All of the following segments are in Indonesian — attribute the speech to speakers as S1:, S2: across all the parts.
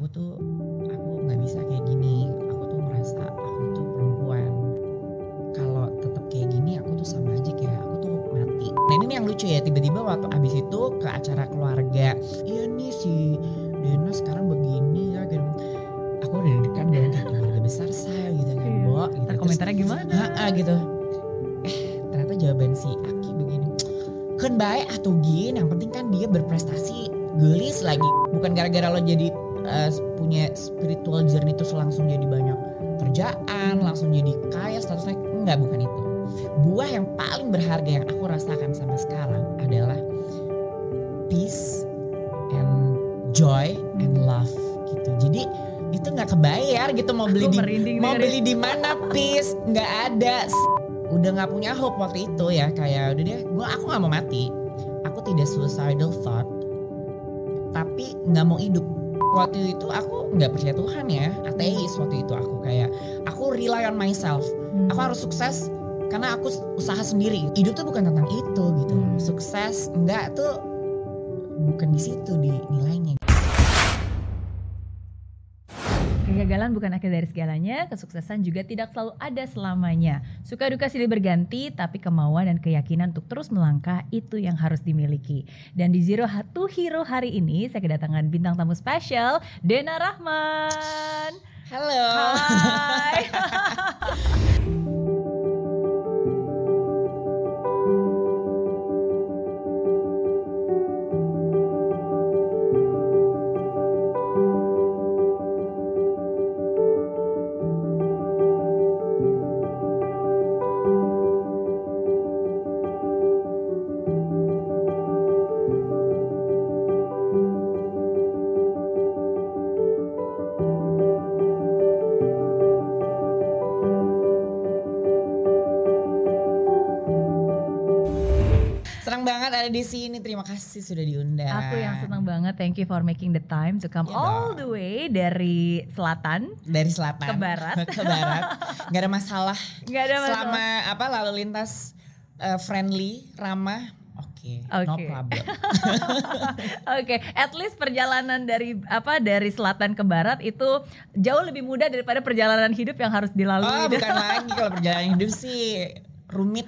S1: aku nggak bisa kayak gini, aku tuh merasa aku tuh perempuan, kalau tetap kayak gini aku tuh sama aja kayak aku tuh mati. Nah ini yang lucu ya, tiba-tiba waktu abis itu ke acara keluarga, iya nih si Dena sekarang begini ya gitu. Aku udah deg-degan dengan kayak keluarga besar saya gitu kan, Bo gitu.
S2: Komentarnya gimana?
S1: Gitu. Ternyata jawaban si Aki begini, kan baik atau gin, yang penting kan dia berprestasi, gelis lagi. Bukan gara-gara lo jadi punya spiritual journey terus langsung jadi banyak kerjaan, langsung jadi kaya statusnya, enggak, bukan itu. Buah yang paling berharga yang aku rasakan sampai sekarang adalah peace and joy and love gitu. Jadi itu nggak kebayar gitu, mau beli di mana peace, nggak ada. Udah nggak punya hope waktu itu ya, kayak udah deh, aku nggak mau mati, aku tidak suicidal thought, tapi nggak mau hidup. Waktu itu aku nggak percaya Tuhan ya, ateis waktu itu. Aku rely on myself. Aku harus sukses karena aku usaha sendiri. Hidup tuh bukan tentang itu gitu. Sukses enggak tuh bukan di situ di nilainya.
S2: Kegagalan bukan akhir dari segalanya, kesuksesan juga tidak selalu ada selamanya. Suka duka silih berganti, tapi kemauan dan keyakinan untuk terus melangkah itu yang harus dimiliki. Dan di Zero to Hero hari ini saya kedatangan bintang tamu spesial, Dena Rahman.
S1: Halo.
S2: Hai.
S1: Di sini, terima kasih sudah diundang.
S2: Aku yang senang banget, thank you for making the time to come all the way dari selatan ke barat.
S1: Ke barat. Gak ada masalah. Selama lalu lintas friendly, ramah. Oke. No problem.
S2: Oke, at least perjalanan dari selatan ke barat itu jauh lebih mudah daripada perjalanan hidup yang harus dilalui.
S1: Bukan lagi, kalau perjalanan hidup sih rumit.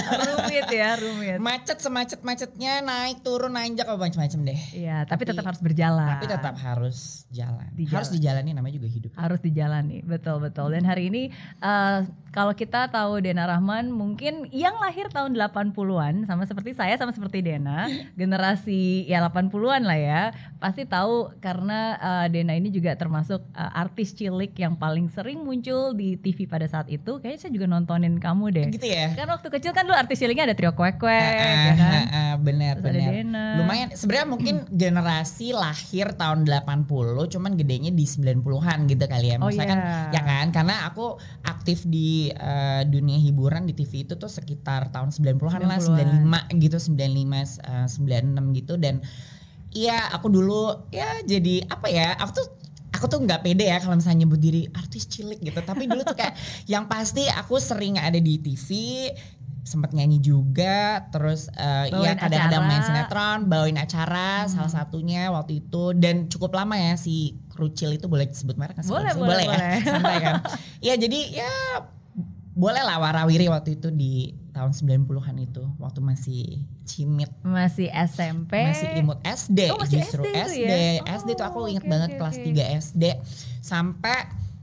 S2: rumit.
S1: Macet semacet-macetnya, naik turun nanjak macam-macam deh.
S2: Iya, tapi tetap harus berjalan.
S1: Tapi tetap harus jalan. Harus dijalani, namanya juga hidup.
S2: Harus dijalani, betul. Dan hari ini kalau kita tahu Dena Rahman, mungkin yang lahir tahun 80-an sama seperti saya, sama seperti Dena, generasi ya 80-an lah ya. Pasti tahu karena Dena ini juga termasuk artis cilik yang paling sering muncul di TV pada saat itu. Kayaknya saya juga nontonin kamu deh.
S1: Gitu ya.
S2: Kan waktu kecil kan dulu artis ciliknya ada Trio Kwek ya kan?
S1: Bener. Lumayan, sebenarnya mungkin generasi lahir tahun 80, cuman gedenya di 90-an gitu kali ya. Maksudnya kan, ya kan, karena aku aktif di dunia hiburan di TV itu tuh sekitar tahun 90-an lah, 95 gitu, 95, 96 gitu. Dan iya, aku dulu ya jadi apa ya, aku tuh nggak pede ya kalau misalnya nyebut diri artis cilik gitu. Tapi dulu tuh kayak yang pasti aku sering ada di TV, sempat nyanyi juga, terus ya kadang-kadang main sinetron, bawain acara salah satunya waktu itu. Dan cukup lama ya si Krucil itu, boleh disebut merek? Boleh ya, santai kan. Ya jadi ya boleh lah warawiri waktu itu di tahun 90-an itu, waktu masih cimit,
S2: masih SMP,
S1: masih imut SD, justru SD.
S2: Ya?
S1: SD tuh aku inget banget kelas 3 SD sampai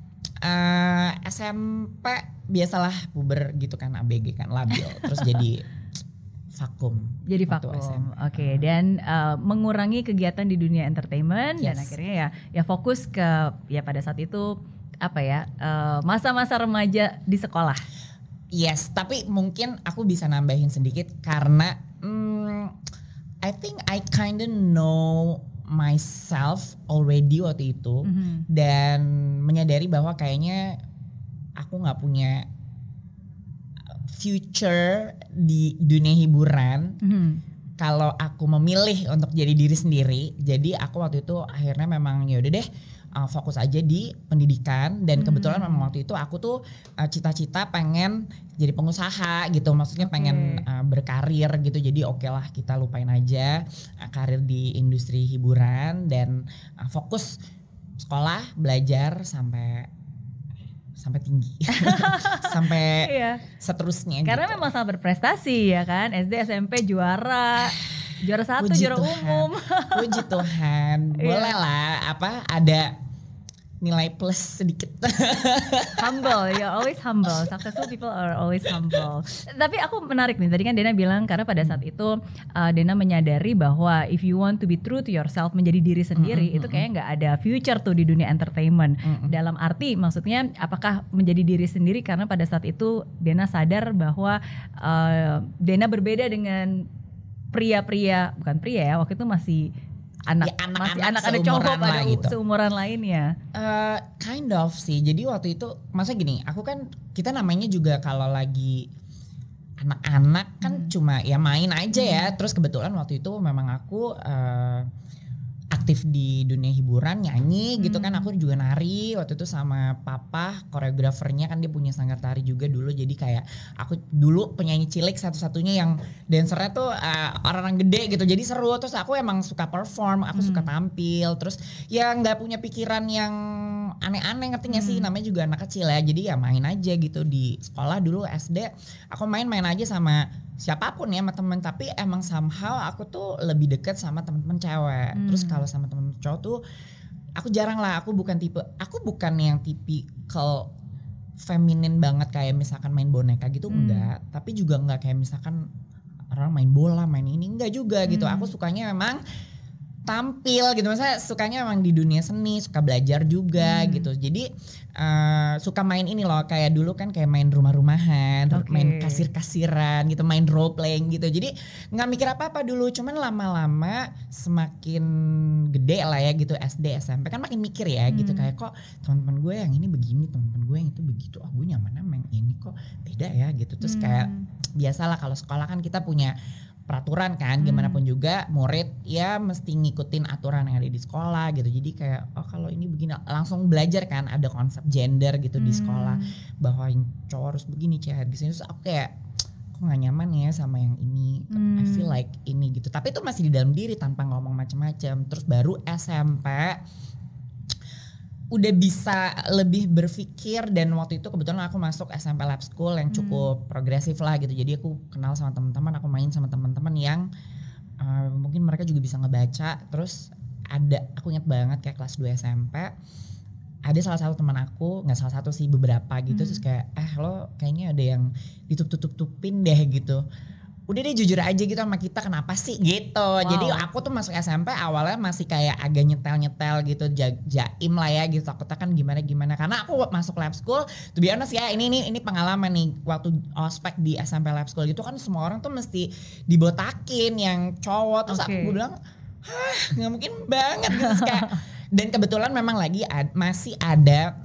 S1: SMP biasalah puber gitu kan, ABG kan, labil, terus jadi vakum.
S2: Jadi vakum. Oke. Dan mengurangi kegiatan di dunia entertainment. Dan akhirnya ya fokus ke ya pada saat itu masa-masa remaja di sekolah.
S1: Yes, tapi mungkin aku bisa nambahin sedikit karena I think I kinda know myself already waktu itu, dan menyadari bahwa kayaknya aku nggak punya future di dunia hiburan kalau aku memilih untuk jadi diri sendiri. Jadi aku waktu itu akhirnya memang ya udah deh, fokus aja di pendidikan. Dan kebetulan memang waktu itu aku tuh cita-cita pengen jadi pengusaha gitu, maksudnya pengen berkarir gitu. Jadi oke lah, kita lupain aja karir di industri hiburan dan fokus sekolah belajar sampai tinggi sampai seterusnya
S2: karena
S1: gitu.
S2: memang sangat berprestasi ya kan, SD SMP juara 1,
S1: Puji
S2: juara
S1: Tuhan.
S2: umum.
S1: Puji Tuhan, boleh lah ada nilai plus sedikit.
S2: Humble, you're always humble. Successful people are always humble. Tapi aku menarik nih, tadi kan Dena bilang karena pada saat itu Dena menyadari bahwa if you want to be true to yourself, menjadi diri sendiri, itu kayaknya nggak ada future tuh di dunia entertainment. Dalam arti maksudnya apakah menjadi diri sendiri karena pada saat itu Dena sadar bahwa Dena berbeda dengan pria-pria, bukan pria ya, waktu itu masih anak-anak cowok pada gitu. Seumuran lainnya.
S1: Kind of sih. Jadi waktu itu masa gini, kita namanya juga kalau lagi anak-anak kan cuma ya main aja ya. Terus kebetulan waktu itu memang aku aktif di dunia hiburan, nyanyi gitu kan. Aku juga nari waktu itu sama papa, koreografernya kan dia punya sanggar tari juga dulu. Jadi kayak aku dulu penyanyi cilik satu-satunya yang dancernya tuh orang-orang gede gitu. Jadi seru, terus aku emang suka perform, aku suka tampil. Terus ya gak punya pikiran yang aneh-aneh, ngerti gak sih, namanya juga anak kecil ya. Jadi ya main aja gitu di sekolah dulu SD. Aku main-main aja sama siapapun ya, sama temen. Tapi emang somehow aku tuh lebih deket sama temen-temen cewek. Terus kalau sama temen cowok tuh aku jarang lah. Aku bukan yang tipikal feminin banget kayak misalkan main boneka gitu, enggak. Tapi juga enggak kayak misalkan orang main bola, main ini, enggak juga gitu. Aku sukanya memang tampil gitu, maksudnya sukanya emang di dunia seni, suka belajar juga gitu. Jadi suka main ini loh, kayak dulu kan kayak main rumah-rumahan, main kasir-kasiran gitu, main role playing gitu. Jadi nggak mikir apa-apa dulu, cuman lama-lama semakin gede lah ya gitu, SD SMP kan makin mikir ya gitu, kayak kok teman-teman gue yang ini begini, teman-teman gue yang itu begitu, gue nyaman sama yang ini kok beda ya gitu. Terus kayak biasalah kalau sekolah kan kita punya peraturan kan, gimana pun juga murid ya mesti ngikutin aturan yang ada di sekolah gitu. Jadi kayak kalau ini begini, langsung belajar kan, ada konsep gender gitu di sekolah, bahwa yang cowok harus begini, cewek di sini. Terus aku kayak kok gak nyaman ya sama yang ini, I feel like ini gitu. Tapi itu masih di dalam diri tanpa ngomong macam-macam. Terus baru SMP udah bisa lebih berpikir, dan waktu itu kebetulan aku masuk SMP Lab School yang cukup progresif lah gitu. Jadi aku kenal sama teman-teman, aku main sama teman-teman yang mungkin mereka juga bisa ngebaca. Terus aku ingat banget kayak kelas 2 SMP ada salah satu teman aku, nggak salah satu sih, beberapa gitu. Terus kayak lo kayaknya ada yang ditutup-tutupin deh gitu. Udah deh jujur aja gitu sama kita, kenapa sih gitu. Jadi aku tuh masuk SMP awalnya masih kayak agak nyetel gitu, jaim lah ya gitu, takutnya kan gimana karena aku masuk lab school to be honest ya, ini pengalaman nih, waktu ospek di SMP Lab School gitu kan semua orang tuh mesti dibotakin yang cowok. Terus aku bilang nggak mungkin banget gitu kayak. Dan kebetulan memang masih ada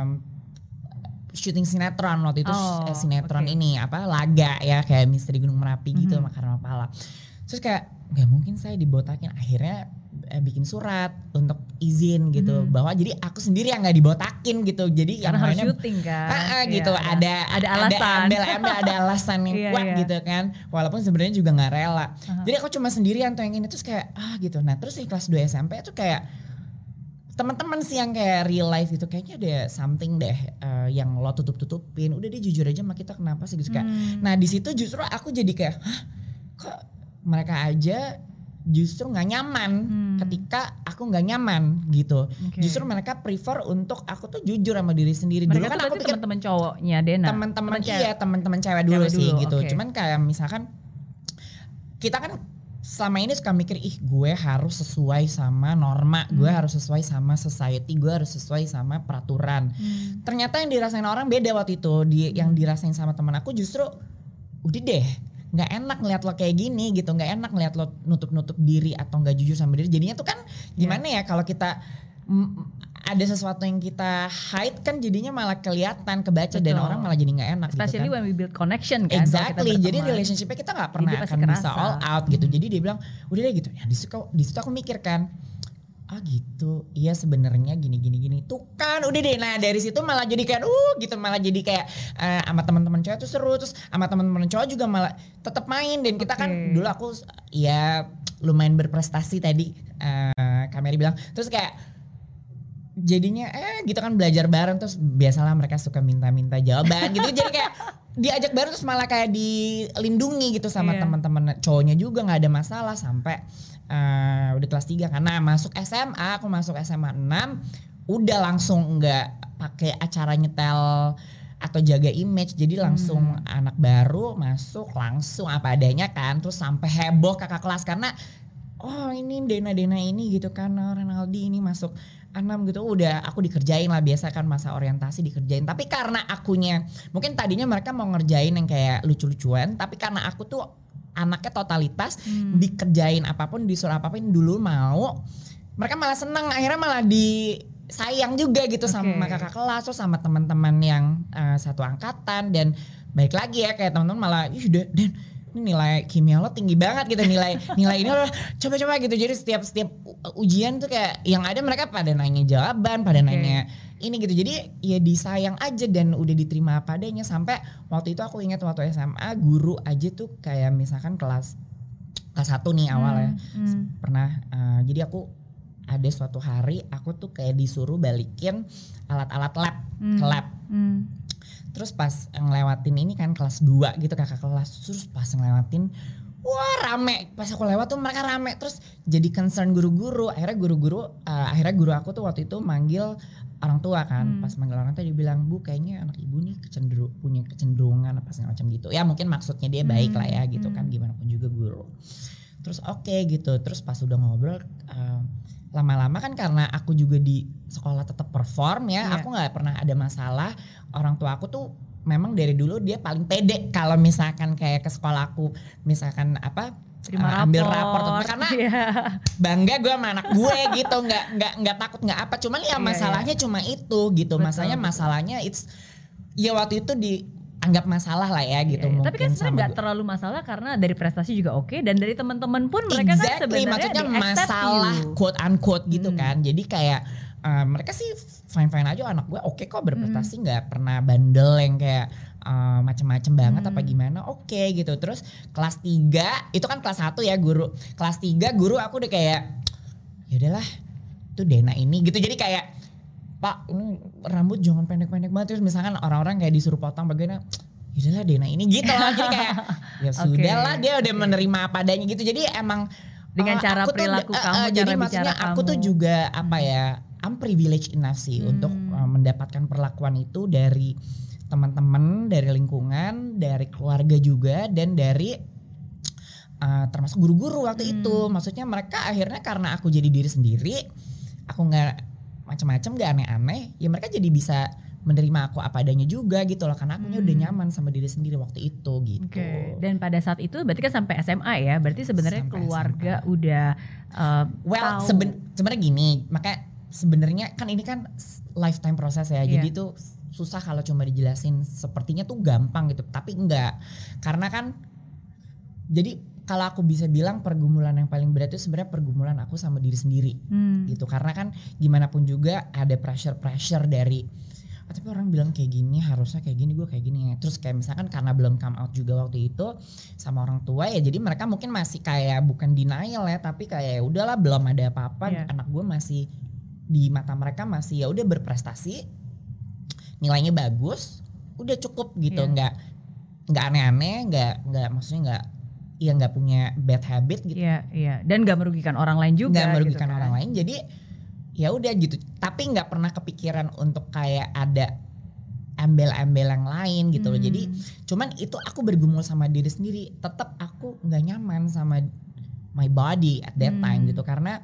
S1: syuting sinetron waktu itu, sinetron ini laga ya, kayak Misteri Gunung Merapi gitu, Makaran Mapala. Terus kayak nggak mungkin saya dibotakin, akhirnya bikin surat untuk izin gitu, bahwa jadi aku sendiri yang nggak dibotakin gitu. Jadi
S2: karena harus syuting kan,
S1: gitu, ada alasan, ada alasan yang kuat gitu kan, walaupun sebenarnya juga nggak rela. Jadi aku cuma sendirian tuh yang ini. Terus kayak gitu. Nah terus di kelas 2 SMP tuh kayak teman-teman sih yang kayak real life gitu, kayaknya ada something deh yang lo tutupin. Udah deh jujur aja sama kita, kenapa sih gitu kayak. Nah di situ justru aku jadi kayak kok mereka aja justru nggak nyaman ketika aku nggak nyaman gitu. Justru mereka prefer untuk aku tuh jujur sama diri sendiri.
S2: Mereka
S1: dulu kan aku pikir
S2: teman-teman cowoknya Dena,
S1: teman-teman cewek dulu sih gitu. Cuman kayak misalkan kita kan selama ini suka mikir, gue harus sesuai sama norma, gue harus sesuai sama society, gue harus sesuai sama peraturan. Ternyata yang dirasain orang beda waktu itu. Yang dirasain sama teman aku justru udah deh, nggak enak ngeliat lo kayak gini gitu, nggak enak ngeliat lo nutup diri atau nggak jujur sama diri. Jadinya tuh kan gimana ya, kalau kita ada sesuatu yang kita hide kan jadinya malah kelihatan, kebaca. Betul. Dan orang malah jadi nggak enak.
S2: Especially
S1: gitu kan.
S2: When we build connection kan.
S1: Exactly. Jadi relationshipnya kita nggak pernah akan bisa all out gitu. Jadi dia bilang udah deh gitu. Ya, di situ aku mikir kan, gitu. Iya sebenarnya gini. Tuh kan udah deh. Nah dari situ malah jadi kayak gitu, malah jadi kayak sama teman-teman cowok tuh seru, terus sama teman-teman cowok juga malah tetap main. Dan kita kan dulu aku ya lumayan berprestasi tadi, Kak Mary bilang. Terus kayak jadinya gitu kan belajar bareng, terus biasalah mereka suka minta-minta jawaban gitu. Jadi kayak diajak bareng terus malah kayak dilindungi gitu sama teman-teman cowoknya juga, nggak ada masalah sampai udah kelas 3. Karena masuk SMA, aku masuk SMA 6 udah langsung nggak pakai acara nyetel atau jaga image, jadi langsung anak baru masuk langsung apa adanya kan. Terus sampai heboh kakak kelas karena ini Dena ini gitu kan, Renaldi ini masuk 6 gitu. Udah aku dikerjain lah, biasa kan masa orientasi dikerjain. Tapi karena akunya mungkin tadinya mereka mau ngerjain yang kayak lucu-lucuan, tapi karena aku tuh anaknya totalitas, dikerjain apapun, disuruh apapun dulu mau, mereka malah seneng, akhirnya malah disayang juga gitu sama kakak kelas, terus sama teman-teman yang satu angkatan. Dan baik lagi ya kayak teman-teman malah Dan ini nilai kimia lo tinggi banget gitu, nilai ini lo coba gitu. Jadi setiap ujian tuh kayak yang ada mereka pada nanya jawaban, pada nanya ini gitu. Jadi ya disayang aja dan udah diterima apa adanya. Sampai waktu itu aku ingat waktu SMA guru aja tuh kayak misalkan kelas 1 nih awal ya. Pernah jadi aku ada suatu hari aku tuh kayak disuruh balikin alat-alat lab ke lab. Terus pas ngelewatin ini kan kelas 2 gitu kakak kelas, terus pas ngelewatin wah rame, pas aku lewat tuh mereka rame, terus jadi concern guru-guru. Akhirnya guru aku tuh waktu itu manggil orang tua kan. Pas manggil orang tua dia bilang, "Bu, kayaknya anak ibu nih punya kecenderungan apa segala macam gitu." Ya mungkin maksudnya dia baik lah ya gitu kan, gimana pun juga guru. Terus oke gitu, terus pas udah ngobrol lama-lama kan karena aku juga di sekolah tetap perform ya, aku nggak pernah ada masalah. Orang tua aku tuh memang dari dulu dia paling pede kalau misalkan kayak ke sekolah aku misalkan ambil rapor karena bangga gue sama anak gue gitu, nggak takut nggak apa. Cuman ya masalahnya cuma itu gitu. Masalahnya ya waktu itu dianggap masalah lah ya gitu. Mungkin
S2: tapi kan sebenarnya nggak terlalu masalah karena dari prestasi juga oke, dan dari teman-teman pun mereka kan sebenarnya
S1: maksudnya masalah quote unquote gitu kan. Jadi kayak mereka sih fine aja, anak gue oke kok berprestasi, nggak pernah bandel yang kayak macem-macem banget apa gimana, oke gitu. Terus kelas 3 itu kan kelas 1 ya guru. Kelas 3 guru aku udah kayak ya udahlah tuh Dena ini gitu. Jadi kayak Pak ini rambut jangan pendek-pendek banget. Terus misalkan orang-orang kayak disuruh potong bagiannya, yaudahlah Dena ini gitu loh. Jadi kayak ya sudahlah dia udah menerima apa adanya gitu. Jadi emang
S2: dengan cara perilaku kamu,
S1: jadi maksudnya aku tuh juga I'm privileged enough sih untuk mendapatkan perlakuan itu dari teman-teman, dari lingkungan, dari keluarga juga, dan dari termasuk guru-guru waktu itu. Maksudnya mereka akhirnya karena aku jadi diri sendiri, aku nggak macam-macam, nggak aneh-aneh, ya mereka jadi bisa menerima aku apa adanya juga gitu loh, karena akunya udah nyaman sama diri sendiri waktu itu gitu.
S2: Dan pada saat itu berarti kan sampai SMA ya, berarti sebenarnya keluarga SMA udah
S1: sebenarnya gini, makanya sebenarnya kan ini kan lifetime proses ya. Jadi tuh susah kalau cuma dijelasin sepertinya tuh gampang gitu, tapi enggak. Karena kan jadi kalau aku bisa bilang pergumulan yang paling berat itu sebenarnya pergumulan aku sama diri sendiri gitu. Karena kan gimana pun juga ada pressure dari tapi orang bilang kayak gini, harusnya kayak gini, gue kayak gini. Terus kayak misalkan karena belum come out juga waktu itu sama orang tua ya, jadi mereka mungkin masih kayak bukan denial ya, tapi kayak udahlah belum ada apa-apa, anak gue masih di mata mereka masih ya udah berprestasi, nilainya bagus, udah cukup gitu. Nggak aneh-aneh, nggak maksudnya nggak punya bad habit gitu.
S2: Dan nggak merugikan orang lain juga.
S1: Nggak merugikan
S2: gitu kan.
S1: orang lain, jadi ya udah gitu. Tapi nggak pernah kepikiran untuk kayak ada embel-embel yang lain gitu loh. Jadi cuman itu aku bergumul sama diri sendiri. Tetap aku nggak nyaman sama my body at that time gitu, karena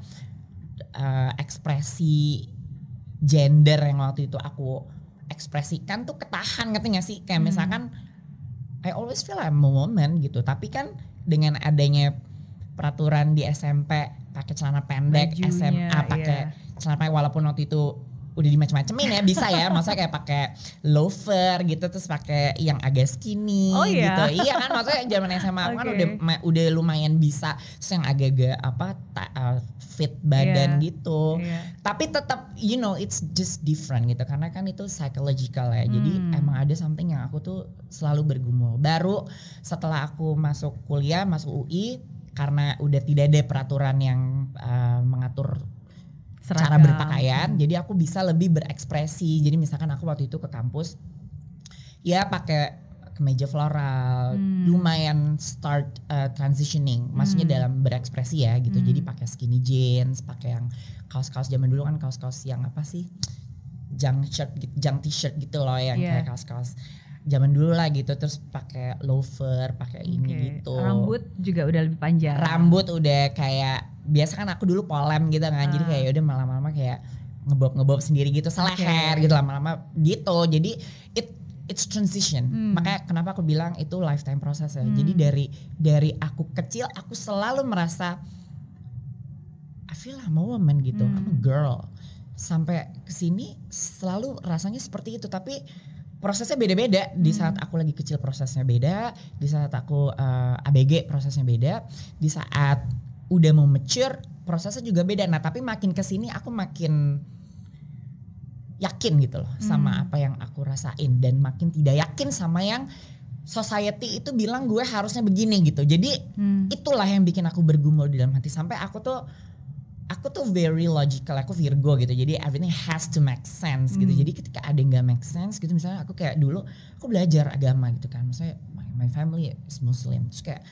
S1: ekspresi gender yang waktu itu aku ekspresikan tuh ketahan, ngerti gak sih? Kayak misalkan I always feel I'm a woman gitu, tapi kan dengan adanya peraturan di SMP pakai celana pendek, bajunya, SMA pakai celana pendek, walaupun waktu itu udah dimacem-macemin ya, bisa ya, maksudnya kayak pakai loafer gitu, terus pakai yang agak skinny gitu. Iya kan, maksudnya zaman SMA aku kan udah lumayan bisa, terus yang agak-agak fit badan gitu. Tapi tetap it's just different gitu, karena kan itu psychological ya. Jadi emang ada something yang aku tuh selalu bergumul. Baru setelah aku masuk kuliah, masuk UI, karena udah tidak ada peraturan yang mengatur cara berpakaian. Jadi aku bisa lebih berekspresi. Jadi misalkan aku waktu itu ke kampus ya pakai kemeja floral, lumayan start transitioning, maksudnya dalam berekspresi ya gitu. Jadi pakai skinny jeans, pakai yang kaos-kaos zaman dulu kan, kaos-kaos yang apa sih, junk t-shirt gitu loh, yang kayak kaos-kaos zaman dulu lah gitu. Terus pakai loafer, pakai ini gitu.
S2: Rambut juga udah lebih panjang.
S1: Rambut udah kayak biasa kan aku dulu polem gitu kan, jadi kayak udah lama-lama kayak ngebob sendiri gitu, seleher gitu lama-lama gitu. Jadi it's transition. Makanya kenapa aku bilang itu lifetime proses ya. Jadi dari aku kecil aku selalu merasa I feel I'm a woman gitu, I'm a girl. Sampai kesini selalu rasanya seperti itu, tapi prosesnya beda-beda. Di saat aku lagi kecil prosesnya beda, di saat aku ABG prosesnya beda, di saat udah mau mature prosesnya juga beda. Nah tapi makin kesini aku makin yakin gitu loh sama apa yang aku rasain, dan makin tidak yakin sama yang society itu bilang gue harusnya begini gitu. Jadi itulah yang bikin aku bergumul di dalam hati, sampai aku tuh very logical, aku Virgo gitu. Jadi everything has to make sense gitu. Jadi ketika ada yang gak make sense gitu, misalnya aku kayak dulu aku belajar agama gitu kan, misalnya my family is Muslim, terus kayak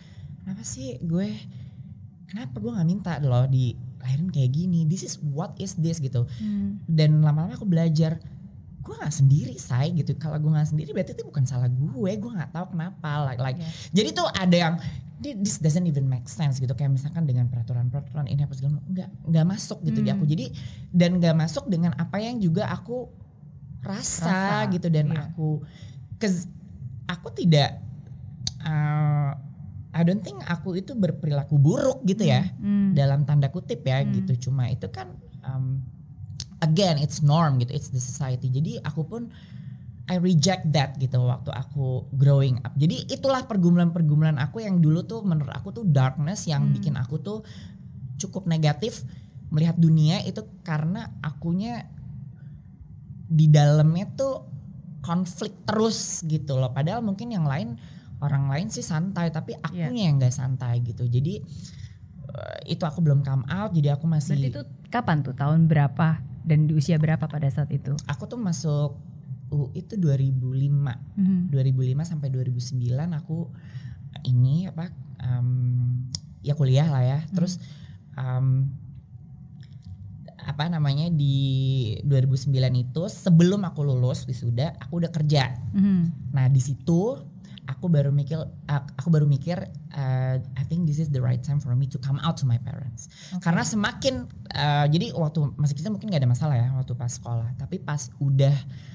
S1: kenapa gue gak minta loh dilahirin kayak gini, what is this gitu. Dan lama-lama aku belajar gue gak sendiri gitu. Kalau gue gak sendiri berarti itu bukan salah gue gak tahu kenapa jadi tuh ada yang this doesn't even make sense gitu, kayak misalkan dengan peraturan ini apa segala nggak masuk gitu di aku. Jadi dan nggak masuk dengan apa yang juga aku rasa gitu. Dan aku tidak I don't think aku itu berperilaku buruk gitu ya, dalam tanda kutip ya gitu. Cuma itu kan again it's norm gitu, it's the society. Jadi aku pun I reject that gitu waktu aku growing up. Jadi itulah pergumulan aku yang dulu tuh menurut aku tuh darkness yang bikin aku tuh cukup negatif melihat dunia itu, karena akunya di dalamnya tuh konflik terus gitu loh. Padahal mungkin orang lain sih santai, tapi akunya yang gak santai gitu. Jadi itu aku belum come out, jadi aku masih.
S2: Berarti itu kapan tuh, tahun berapa dan di usia berapa pada saat itu?
S1: Aku tuh masuk itu 2005 sampai 2009 aku ini ya kuliah lah ya. Terus di 2009 itu sebelum aku lulus wisuda aku udah kerja. Nah di situ aku baru mikir I think this is the right time for me to come out to my parents. Karena semakin jadi waktu masih kecil mungkin gak ada masalah ya waktu pas sekolah, tapi pas udah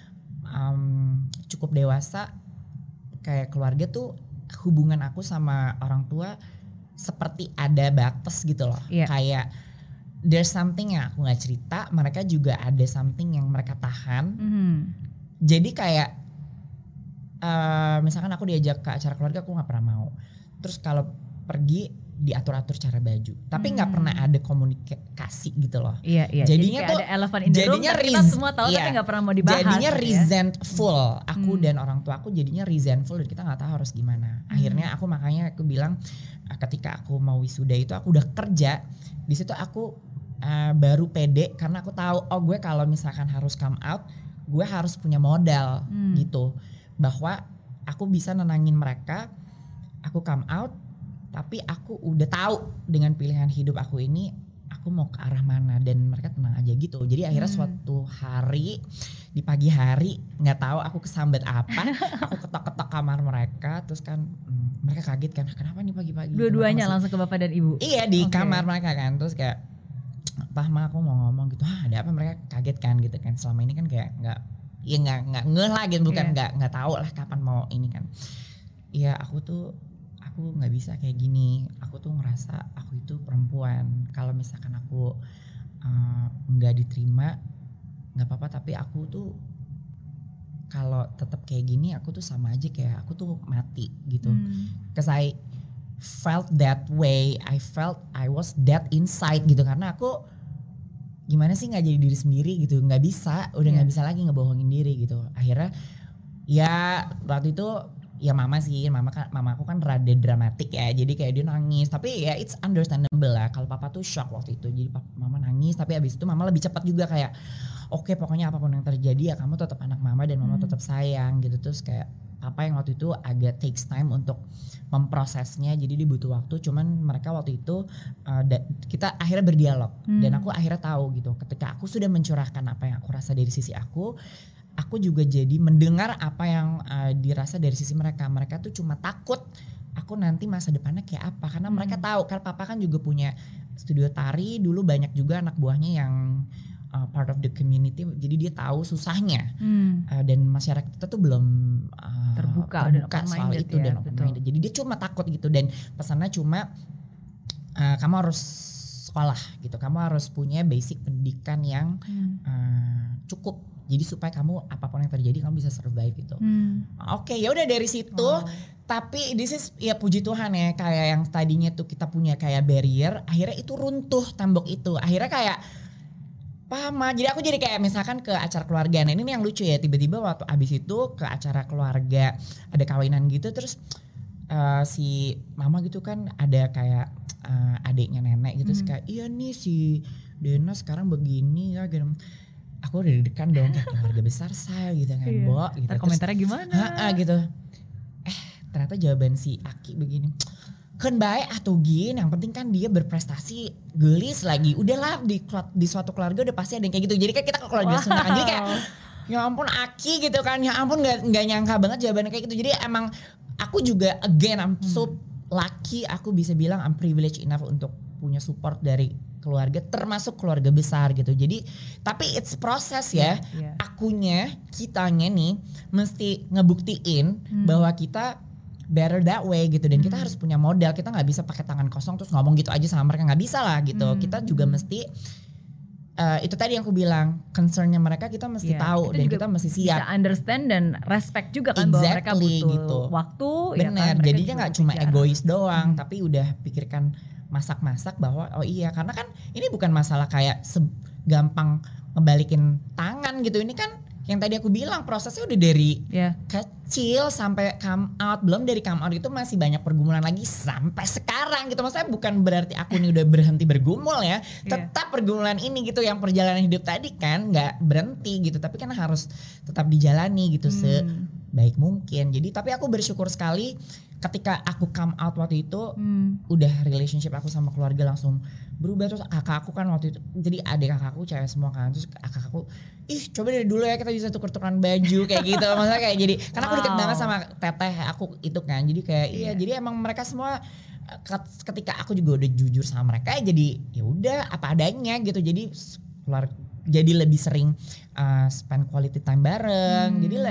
S1: cukup dewasa, kayak keluarga tuh hubungan aku sama orang tua seperti ada batas gitu loh. Kayak there's something yang aku gak cerita, mereka juga ada something yang mereka tahan. Jadi kayak misalkan aku diajak ke acara keluarga aku gak pernah mau. Terus kalau pergi diatur-atur cara baju, tapi nggak pernah ada komunikasi gitu loh. Jadinya
S2: tuh ada elephant in the room, kita semua tahu tapi nggak pernah mau dibahas.
S1: Jadinya resentful aku dan orang tua aku, jadinya resentful dan kita nggak tahu harus gimana. Akhirnya makanya aku bilang ketika aku mau wisuda itu aku udah kerja di situ, aku baru pede karena aku tahu gue kalau misalkan harus come out gue harus punya modal gitu, bahwa aku bisa nenangin mereka. Aku come out tapi aku udah tahu dengan pilihan hidup aku ini aku mau ke arah mana, dan mereka tenang aja gitu. Jadi akhirnya suatu hari di pagi hari nggak tahu aku kesambat apa, aku ketok-ketok kamar mereka, terus kan mereka kaget kan, kenapa nih pagi-pagi?
S2: Dua-duanya langsung ke bapak dan ibu?
S1: Iya di kamar mereka kan, terus kayak Ma aku mau ngomong gitu, ada apa? Mereka kaget kan gitu kan, selama ini kan kayak nggak ngeh lah gitu, bukan nggak tahu lah kapan mau ini kan. Iya aku nggak bisa kayak gini, aku tuh ngerasa aku itu perempuan, kalau misalkan aku nggak diterima nggak apa-apa, tapi aku tuh kalau tetap kayak gini aku tuh sama aja kayak aku tuh mati gitu. Cause I felt that way, I felt I was dead inside gitu, karena aku gimana sih nggak jadi diri sendiri gitu, nggak bisa, udah nggak bisa lagi ngebohongin diri gitu. Akhirnya ya waktu itu ya mama aku kan rada dramatik ya, jadi kayak dia nangis, tapi ya it's understandable lah. Kalau papa tuh shock waktu itu, jadi mama nangis, tapi abis itu mama lebih cepat juga kayak oke, pokoknya apapun yang terjadi ya kamu tetap anak mama dan mama tetap sayang gitu. Terus kayak papa yang waktu itu agak takes time untuk memprosesnya, jadi dia butuh waktu. Cuman mereka waktu itu kita akhirnya berdialog dan aku akhirnya tahu gitu, ketika aku sudah mencurahkan apa yang aku rasa dari sisi aku juga jadi mendengar apa yang dirasa dari sisi mereka. Mereka tuh cuma takut aku nanti masa depannya kayak apa, karena mereka tahu kan papa kan juga punya studio tari dulu, banyak juga anak buahnya yang part of the community, jadi dia tahu susahnya dan masyarakat kita tuh belum terbuka soal itu dan open minded. Jadi dia cuma takut gitu, dan pesannya cuma kamu harus sekolah gitu, kamu harus punya basic pendidikan yang cukup, jadi supaya kamu apapun yang terjadi kamu bisa survive gitu. Oke, ya udah dari situ. Tapi this is ya puji Tuhan ya, kayak yang tadinya tuh kita punya kayak barrier, akhirnya itu runtuh tembok itu. Akhirnya kayak paham. Jadi aku jadi kayak misalkan ke acara keluarga. Nah ini yang lucu ya, tiba-tiba waktu abis itu ke acara keluarga ada kawinan gitu, terus si mama gitu kan ada kayak adiknya nenek gitu, kayak iya nih si Dena sekarang begini ya gitu. Aku udah deg-degan dong, kayak keluarga besar saya gitu kan, Bo gitu.
S2: Komentarnya gimana?
S1: Gitu. Ternyata jawaban si Aki begini. Kan baik atau gin, yang penting kan dia berprestasi, gelis lagi. Udahlah di suatu keluarga udah pasti ada yang kayak gitu. Jadi kan kita ke keluarga Sunda, jadi kayak ya ampun Aki gitu kan, ya ampun nggak nyangka banget jawabannya kayak gitu. Jadi emang aku juga again I'm so lucky, aku bisa bilang I'm privileged enough untuk punya support dari keluarga, termasuk keluarga besar gitu. Jadi tapi it's proses ya. Akunya, kitanya nih mesti ngebuktiin bahwa kita better that way gitu, dan kita harus punya modal. Kita nggak bisa pakai tangan kosong terus ngomong gitu aja sama mereka, nggak bisa lah gitu. Kita juga mesti itu tadi yang aku bilang, concernnya mereka kita mesti tahu, dan kita mesti siap,
S2: bisa understand dan respect juga kan, bahwa mereka butuh
S1: gitu.
S2: Waktu.
S1: Bener, ya kan, jadinya nggak cuma egois doang, tapi udah pikirkan masak-masak bahwa oh iya, karena kan ini bukan masalah kayak gampang ngebalikin tangan gitu. Ini kan yang tadi aku bilang prosesnya udah dari kecil sampai come out. Belum dari come out itu masih banyak pergumulan lagi sampai sekarang gitu. Maksudnya bukan berarti aku ini udah berhenti bergumul ya, tetap pergumulan ini gitu. Yang perjalanan hidup tadi kan nggak berhenti gitu, tapi kan harus tetap dijalani gitu sebaik mungkin. Jadi tapi aku bersyukur sekali ketika aku come out waktu itu, udah relationship aku sama keluarga langsung berubah. Terus kakak aku kan waktu itu, jadi adik kakakku cewek semua kan, terus kakak aku, coba dari dulu ya kita bisa tuker-tukeran baju kayak gitu. Maksudnya kayak jadi, karena aku deket banget sama teteh aku itu kan, jadi kayak jadi emang mereka semua ketika aku juga udah jujur sama mereka, jadi ya udah apa adanya gitu. Jadi jadi lebih sering spend quality time bareng. Jadi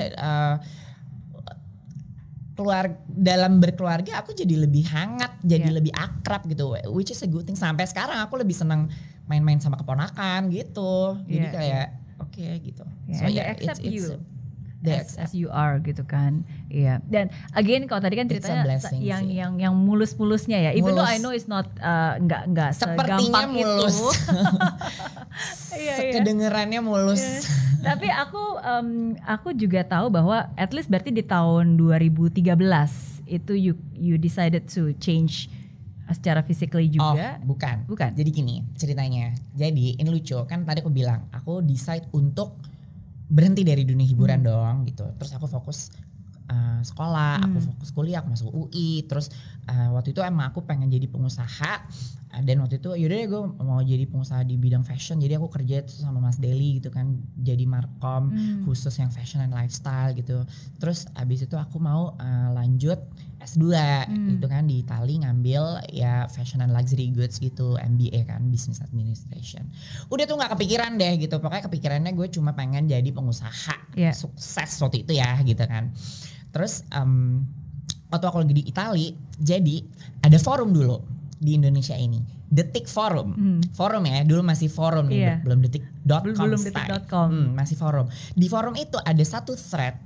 S1: dalam berkeluarga aku jadi lebih hangat, jadi lebih akrab gitu, which is a good thing. Sampai sekarang aku lebih senang main-main sama keponakan gitu. Jadi kayak oke gitu.
S2: So they accept you as you are gitu kan. Iya. Dan again kalau tadi kan ceritanya yang mulus-mulusnya ya. Even though I know it's not enggak segampang
S1: mulus.
S2: Itu.
S1: Kedengerannya mulus.
S2: Tapi aku juga tahu bahwa at least berarti di tahun 2013 itu you decided to change secara physically juga.
S1: Bukan. Jadi gini ceritanya. Jadi ini lucu kan, tadi aku bilang aku decide untuk berhenti dari dunia hiburan dong gitu. Terus aku fokus sekolah, aku fokus kuliah, aku masuk UI. Terus waktu itu emang aku pengen jadi pengusaha, dan waktu itu yaudah gue mau jadi pengusaha di bidang fashion. Jadi aku kerja sama Mas Deli gitu kan, jadi markom khusus yang fashion and lifestyle gitu. Terus abis itu aku mau lanjut S2 gitu kan di Itali, ngambil ya fashion and luxury goods gitu, MBA kan, business administration. Udah tuh nggak kepikiran deh gitu, pokoknya kepikirannya gue cuma pengen jadi pengusaha sukses waktu itu ya gitu kan. Terus waktu aku lagi di Itali, jadi ada forum dulu di Indonesia ini, Detik Forum. Forum ya, dulu masih forum nih, belum detik.com.
S2: Belum detik.com.
S1: Masih forum. Di forum itu ada satu thread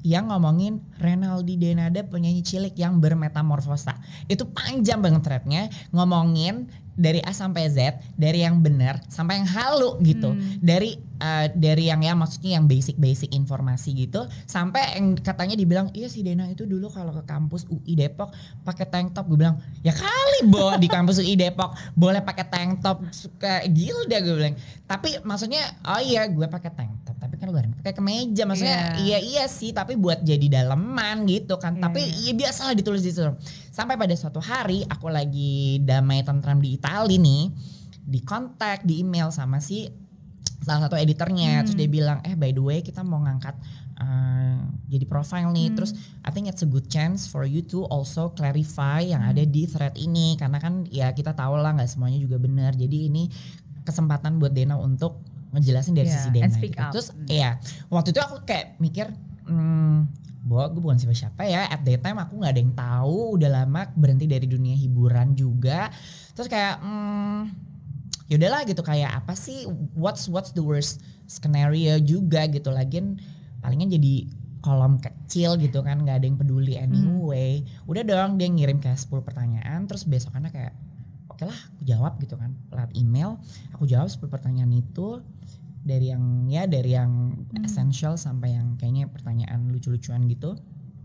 S1: yang ngomongin Renaldi Denada, penyanyi cilik yang bermetamorfosa. Itu panjang banget threadnya, ngomongin dari A sampai Z, dari yang benar sampai yang halu gitu. Dari yang ya maksudnya yang basic informasi gitu, sampai yang katanya dibilang, iya si Dena itu dulu kalau ke kampus UI Depok pakai tank top. Gue bilang, ya kali Bo di kampus UI Depok boleh pakai tank top, suka Gilda gue bilang. Tapi maksudnya oh iya gue pakai tank top, tapi kan luar pakai kemeja, maksudnya iya sih, tapi buat jadi daleman gitu kan. Tapi iya biasalah ditulis di situ. Sampai pada suatu hari aku lagi damai tentram di Itali nih, di kontak di email sama si salah satu editornya, terus dia bilang by the way kita mau ngangkat jadi profile nih, terus I think it's a good chance for you to also clarify yang ada di thread ini, karena kan ya kita tahu lah nggak semuanya juga benar, jadi ini kesempatan buat Dena untuk ngejelasin dari sisi Dena gitu. Terus waktu itu aku kayak mikir bahwa gue bukan siapa-siapa ya, at that time aku gak ada yang tahu, udah lama berhenti dari dunia hiburan juga. Terus kayak yaudahlah gitu, kayak apa sih what's the worst scenario juga gitu, lagian palingan jadi kolom kecil gitu kan, gak ada yang peduli anyway. Udah dong, dia ngirim kayak 10 pertanyaan, terus besokannya kayak oke lah aku jawab gitu kan, lewat email aku jawab 10 pertanyaan itu, dari yang essential sampai yang kayaknya pertanyaan lucu-lucuan gitu.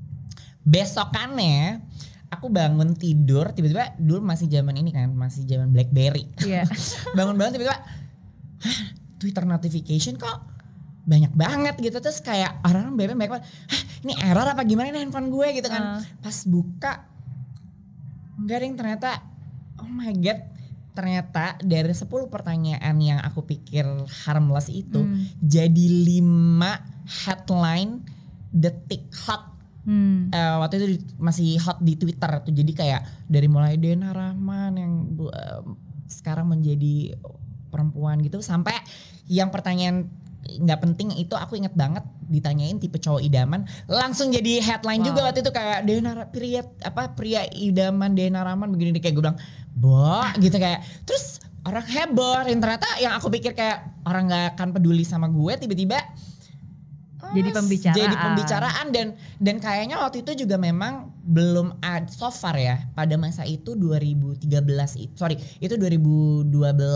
S1: Besokannya aku bangun tidur, tiba-tiba dulu masih zaman ini kan, masih zaman BlackBerry. Bangun tiba-tiba Twitter notification kok banyak banget gitu, terus kayak orang BBM banyak banget. Ini error apa gimana nih handphone gue gitu kan. Pas buka enggak ada yang, ternyata oh my god, ternyata dari 10 pertanyaan yang aku pikir harmless itu jadi 5 headline detik hot. Waktu itu masih hot di Twitter tuh, jadi kayak dari mulai Dena Rahman yang sekarang menjadi perempuan gitu, sampai yang pertanyaan nggak penting itu aku inget banget ditanyain tipe cowok idaman, langsung jadi headline juga waktu itu, kayak pria idaman Dena Rahman begini, kayak gue bilang Bo gitu kayak, terus orang heboh, dan ternyata yang aku pikir kayak orang nggak akan peduli sama gue tiba-tiba
S2: jadi pembicaraan.
S1: Dan kayaknya waktu itu juga memang belum ada so far ya, pada masa itu 2013 itu 2012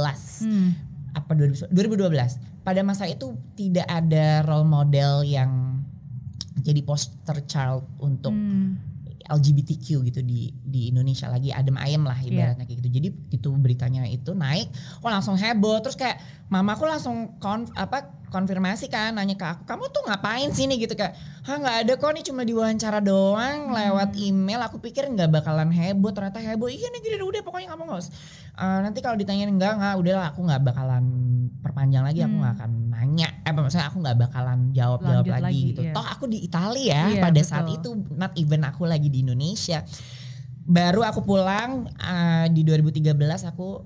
S1: apa 2012 pada masa itu tidak ada role model yang jadi poster child untuk LGBTQ gitu di Indonesia, lagi adem ayem lah ibaratnya kayak gitu. Jadi itu beritanya itu naik, langsung heboh, terus kayak mamaku langsung konfirmasi kan, nanya ke aku, kamu tuh ngapain sini gitu, kayak nggak ada kok, nih cuma diwawancara doang lewat email. Aku pikir nggak bakalan heboh, ternyata heboh. Iya nih gini, udah pokoknya kamu nggak usah. Nanti kalau ditanyain enggak, udahlah aku nggak bakalan perpanjang lagi, aku nggak akan nanya, maksudnya aku nggak bakalan jawab lagi gitu. Toh aku di Italia pada saat itu, not even aku lagi di Indonesia. Baru aku pulang di 2013 aku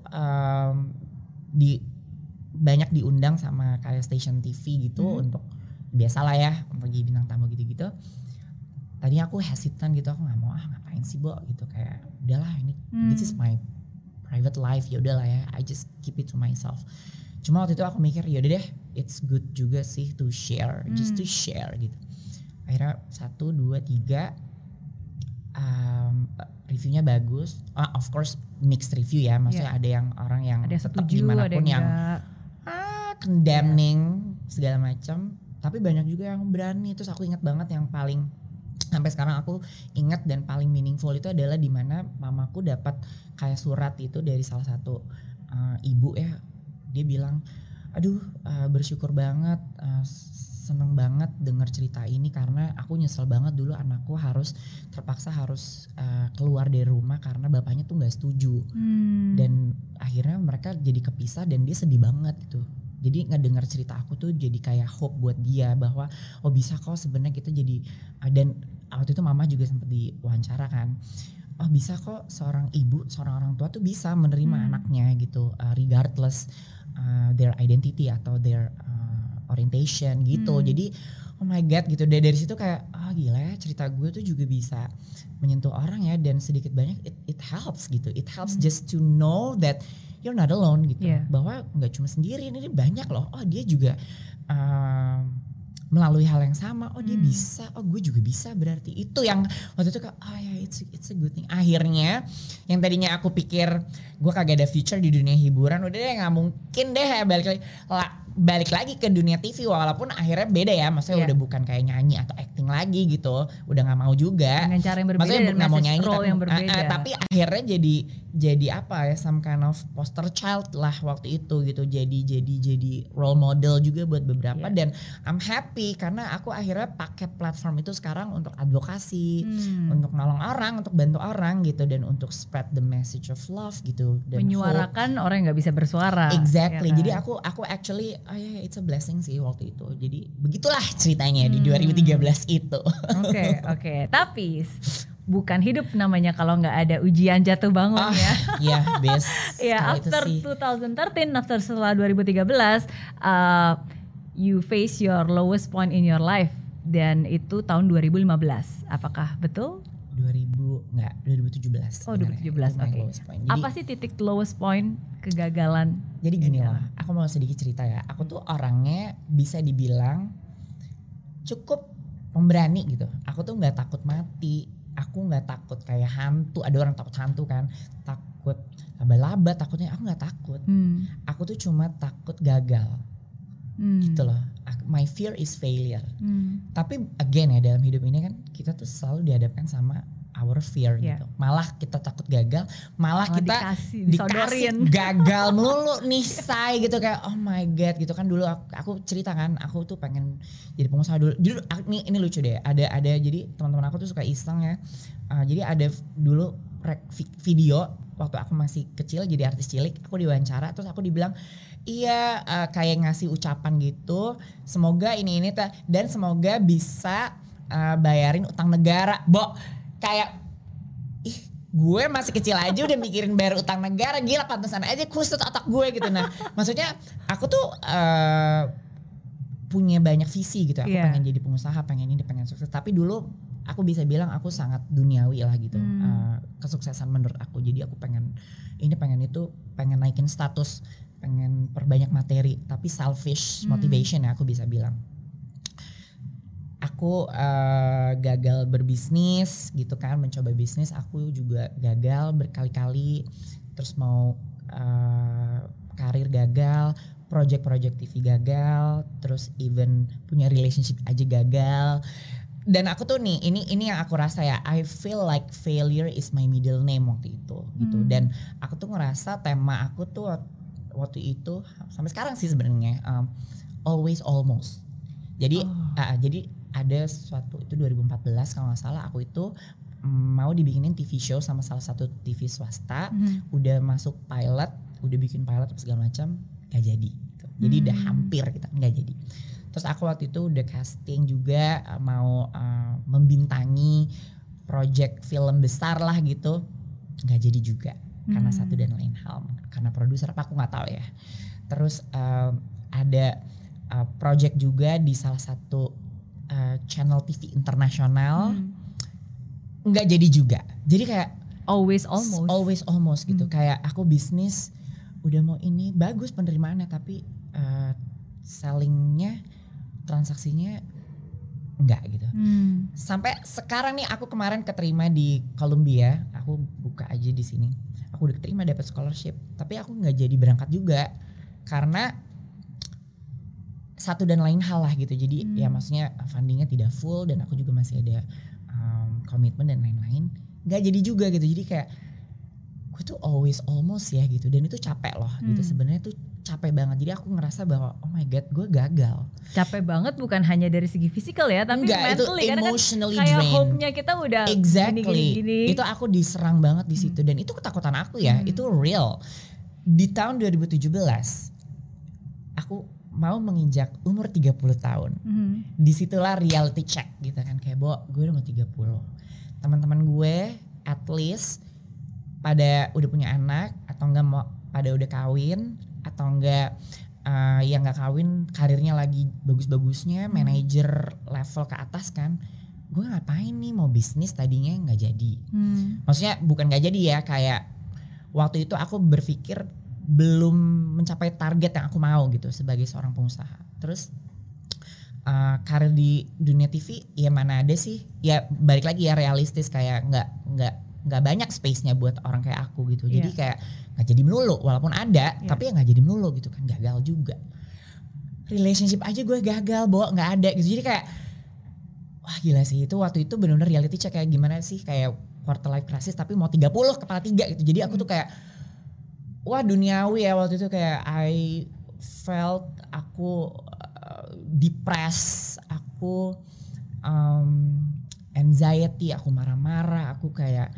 S1: banyak diundang sama kayak station TV gitu untuk biasalah ya pergi bintang tamu gitu-gitu. Tadinya aku hesitant gitu, aku nggak mau ngapain sih Bo gitu, kayak udahlah ini this is my private life, ya udahlah ya, I just keep it to myself. Cuma waktu itu aku mikir yaudah deh, it's good juga sih to share, just to share gitu. Akhirnya 1, 2, 3 reviewnya bagus. Of course mixed review ya, maksudnya ada yang orang yang tetap dimanapun yang condemning segala macam, tapi banyak juga yang berani. Terus aku ingat banget yang paling sampai sekarang aku ingat dan paling meaningful itu adalah dimana mamaku dapat kayak surat itu dari salah satu ibu ya, dia bilang aduh bersyukur banget, seneng banget dengar cerita ini, karena aku nyesel banget dulu anakku terpaksa harus keluar dari rumah karena bapaknya tuh nggak setuju, dan akhirnya mereka jadi kepisah dan dia sedih banget gitu. Jadi ngedengar cerita aku tuh jadi kayak hope buat dia bahwa oh bisa kok sebenarnya kita jadi, dan waktu itu mama juga sempat diwawancara kan, oh bisa kok seorang ibu, seorang orang tua tuh bisa menerima anaknya gitu, regardless their identity atau their orientation gitu. Jadi oh my god gitu, dari situ kayak gila ya, cerita gue tuh juga bisa menyentuh orang ya, dan sedikit banyak it helps gitu, it helps just to know that you're not alone gitu, bahwa nggak cuma sendiri, ini banyak loh, oh dia juga melalui hal yang sama, oh dia bisa, oh gue juga bisa, berarti itu yang waktu itu kayak oh ya it's a good thing. Akhirnya yang tadinya aku pikir gue kagak ada future di dunia hiburan, udah deh nggak mungkin deh balik lagi ke dunia TV, walaupun akhirnya beda ya, maksudnya udah bukan kayak nyanyi atau acting lagi gitu, udah nggak mau juga
S2: dengan cara yang berbeda,
S1: maksudnya
S2: dan
S1: nggak mau
S2: message
S1: nyanyi
S2: role yang berbeda.
S1: tapi akhirnya jadi apa ya, some kind of poster child lah waktu itu gitu, jadi role model juga buat beberapa dan I'm happy karena aku akhirnya pakai platform itu sekarang untuk advokasi, untuk nolong orang, untuk bantu orang gitu, dan untuk spread the message of love gitu, dan
S2: menyuarakan orang yang nggak bisa bersuara.
S1: Exactly. Jadi aku actually it's a blessing sih waktu itu. Jadi begitulah ceritanya di 2013 itu.
S2: Oke. Tapi bukan hidup namanya kalau nggak ada ujian jatuh bangun ya.
S1: Iya, best.
S2: Ya, after 2013, setelah 2013, you face your lowest point in your life, dan itu tahun 2015. Apakah betul? 2017.
S1: Oh,
S2: 2017. Oke. Apa sih titik lowest point kegagalan?
S1: Jadi gini lah, aku mau sedikit cerita ya. Aku tuh orangnya bisa dibilang cukup pemberani gitu. Aku tuh nggak takut mati. Aku nggak takut kayak hantu. Ada orang takut hantu kan, takut laba-laba, takutnya aku nggak takut. Aku tuh cuma takut gagal. Gitu loh. My fear is failure. Tapi again ya, dalam hidup ini kan kita tuh selalu dihadapkan sama our fear gitu. Malah kita takut gagal, malah kita dikasih gagal melulu nih say gitu, kayak oh my god gitu kan. Dulu aku cerita kan, aku tuh pengen jadi pengusaha dulu. Ini lucu deh. Ada jadi teman-teman aku tuh suka iseng ya. Jadi ada dulu video waktu aku masih kecil jadi artis cilik, aku diwawancara terus aku dibilang iya kayak ngasih ucapan gitu, semoga ini dan semoga bisa bayarin utang negara. Kayak gue masih kecil aja udah mikirin bayar utang negara, gila, pantesan aja kusut otak gue gitu. Nah maksudnya aku tuh punya banyak visi gitu, aku pengen jadi pengusaha, pengen sukses, tapi dulu aku bisa bilang aku sangat duniawi lah gitu. Kesuksesan menurut aku, jadi aku pengen itu, pengen naikin status, pengen perbanyak materi, tapi selfish motivation ya aku bisa bilang. Aku gagal berbisnis gitu kan, mencoba bisnis aku juga gagal berkali-kali, terus mau karir gagal, project TV gagal, terus even punya relationship aja gagal. Dan aku tuh nih, ini yang aku rasa ya, I feel like failure is my middle name waktu itu gitu. Dan aku tuh ngerasa tema aku tuh waktu itu sampai sekarang sih sebenarnya always almost. Jadi jadi ada suatu itu 2014 kalau nggak salah, aku itu mau dibikinin TV show sama salah satu TV swasta, udah masuk pilot, udah bikin pilot segala macam, nggak jadi gitu. Jadi udah hampir kita nggak jadi. Terus aku waktu itu udah casting juga, mau membintangi project film besar lah gitu, nggak jadi juga karena satu dan lain hal, karena produser apa aku nggak tahu ya. Terus ada project juga di salah satu channel TV internasional, nggak jadi juga. Jadi kayak
S2: always almost
S1: gitu. Kayak aku bisnis udah mau ini bagus penerimaannya, tapi sellingnya, transaksinya enggak gitu. Sampai sekarang nih, aku kemarin keterima di Columbia, aku buka aja di sini. Aku udah keterima, dapat scholarship, tapi aku nggak jadi berangkat juga karena satu dan lain hal lah gitu. Jadi ya maksudnya fundingnya tidak full, dan aku juga masih ada komitmen dan lain-lain, nggak jadi juga gitu. Jadi kayak gue tuh always almost ya gitu, dan itu capek loh gitu. Sebenarnya tuh capek banget. Jadi aku ngerasa bahwa oh my god, gue gagal.
S2: Capek banget bukan hanya dari segi fisikal ya, tapi mentally,
S1: itu emotionally
S2: kan kayak
S1: drained.
S2: hope-nya kita udah gini.
S1: Itu aku diserang banget di situ, dan itu ketakutan aku ya, itu real. Di tahun 2017 aku mau menginjak umur 30 tahun. Disitulah reality check gitu kan, kayak gue udah mau 30. Teman-teman gue at least pada udah punya anak, atau enggak mau pada udah kawin, atau enggak yang enggak kawin karirnya lagi bagus-bagusnya, manajer level ke atas kan. Gue ngapain nih mau bisnis, tadinya nggak jadi. Maksudnya bukan nggak jadi ya, kayak waktu itu aku berpikir belum mencapai target yang aku mau gitu sebagai seorang pengusaha. Terus karir di dunia TV ya mana ada sih, ya balik lagi ya realistis, kayak nggak banyak space-nya buat orang kayak aku gitu. Jadi kayak nggak jadi melulu, walaupun ada tapi ya nggak jadi melulu gitu kan, gagal juga. Relationship aja gue gagal, nggak ada gitu. Jadi kayak wah gila sih, itu waktu itu benar-benar reality check kayak gimana sih, kayak quarter life crisis tapi mau 30 kepala 3 gitu. Jadi aku tuh kayak wah duniawi ya waktu itu, kayak I felt aku depressed, aku anxiety, aku marah-marah, aku kayak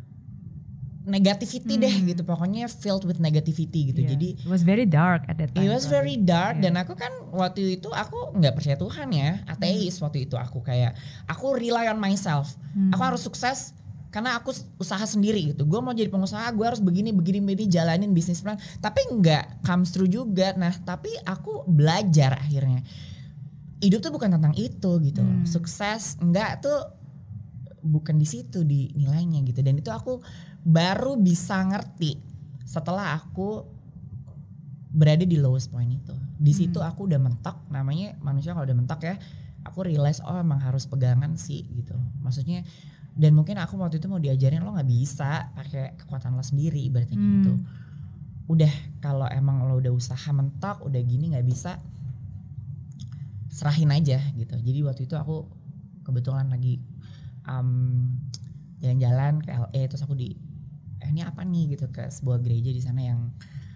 S1: negativity deh gitu, pokoknya filled with negativity gitu. Jadi
S2: it was very dark at that time.
S1: It was very dark dan aku kan waktu itu aku nggak percaya Tuhan ya, ateis waktu itu aku, kayak aku rely on myself. Aku harus sukses karena aku usaha sendiri gitu. Gue mau jadi pengusaha, gue harus begini jalanin bisnis plan. Tapi nggak comes through juga. Nah tapi aku belajar akhirnya. Hidup tuh bukan tentang itu gitu. Sukses enggak tuh bukan di situ di nilainya gitu. Dan itu aku baru bisa ngerti setelah aku berada di lowest point itu. Di situ aku udah mentok, namanya manusia kalau udah mentok ya, aku realize emang harus pegangan sih gitu. Maksudnya, dan mungkin aku waktu itu mau diajarin lo nggak bisa pakai kekuatan lo sendiri ibaratnya gitu. Udah kalau emang lo udah usaha mentok, udah gini nggak bisa, serahin aja gitu. Jadi waktu itu aku kebetulan lagi jalan-jalan ke LA, terus aku ini apa nih gitu, ke sebuah gereja di sana yang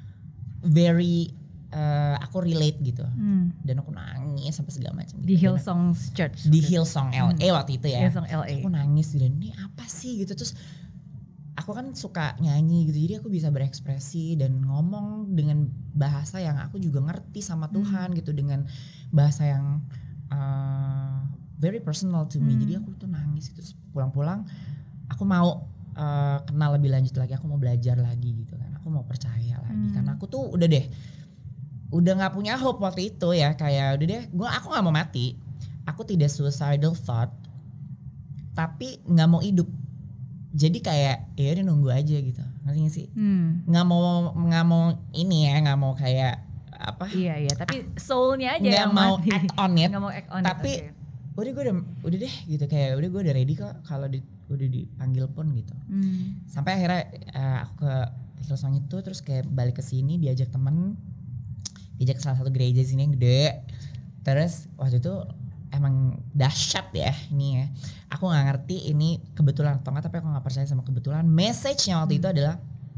S1: very aku relate gitu, dan aku nangis sampai segala macam gitu.
S2: Di Hillsong Church,
S1: di Hillsong LA waktu itu ya.
S2: Hillsong LA.
S1: Aku nangis gitu, dan ini apa sih gitu. Terus aku kan suka nyanyi gitu, jadi aku bisa berekspresi dan ngomong dengan bahasa yang aku juga ngerti sama Tuhan gitu, dengan bahasa yang very personal to me. Jadi aku tuh nangis gitu. Pulang-pulang aku mau kenal lebih lanjut lagi, aku mau belajar lagi gitu kan, aku mau percaya lagi karena aku tuh udah nggak punya hope waktu itu ya, kayak udah deh, aku nggak mau mati, aku tidak suicidal thought, tapi nggak mau hidup, jadi kayak ya udah nunggu aja gitu, ngerti gak sih? Nggak mau ini ya, nggak mau kayak apa?
S2: Iya, tapi soulnya aja
S1: nggak
S2: yang
S1: mau
S2: mati.
S1: act on it,
S2: Nggak mau act on
S1: tapi
S2: it,
S1: udah deh gitu, kayak udah gue udah ready kok kalau udah dipanggil pun gitu. Sampai akhirnya aku ke Hillsong itu, terus kayak balik ke sini diajak temen, diajak ke salah satu gereja sini yang gede. Terus waktu itu emang dahsyat ya ini ya. Aku nggak ngerti ini kebetulan atau nggak, tapi aku nggak percaya sama kebetulan. Message-nya waktu itu adalah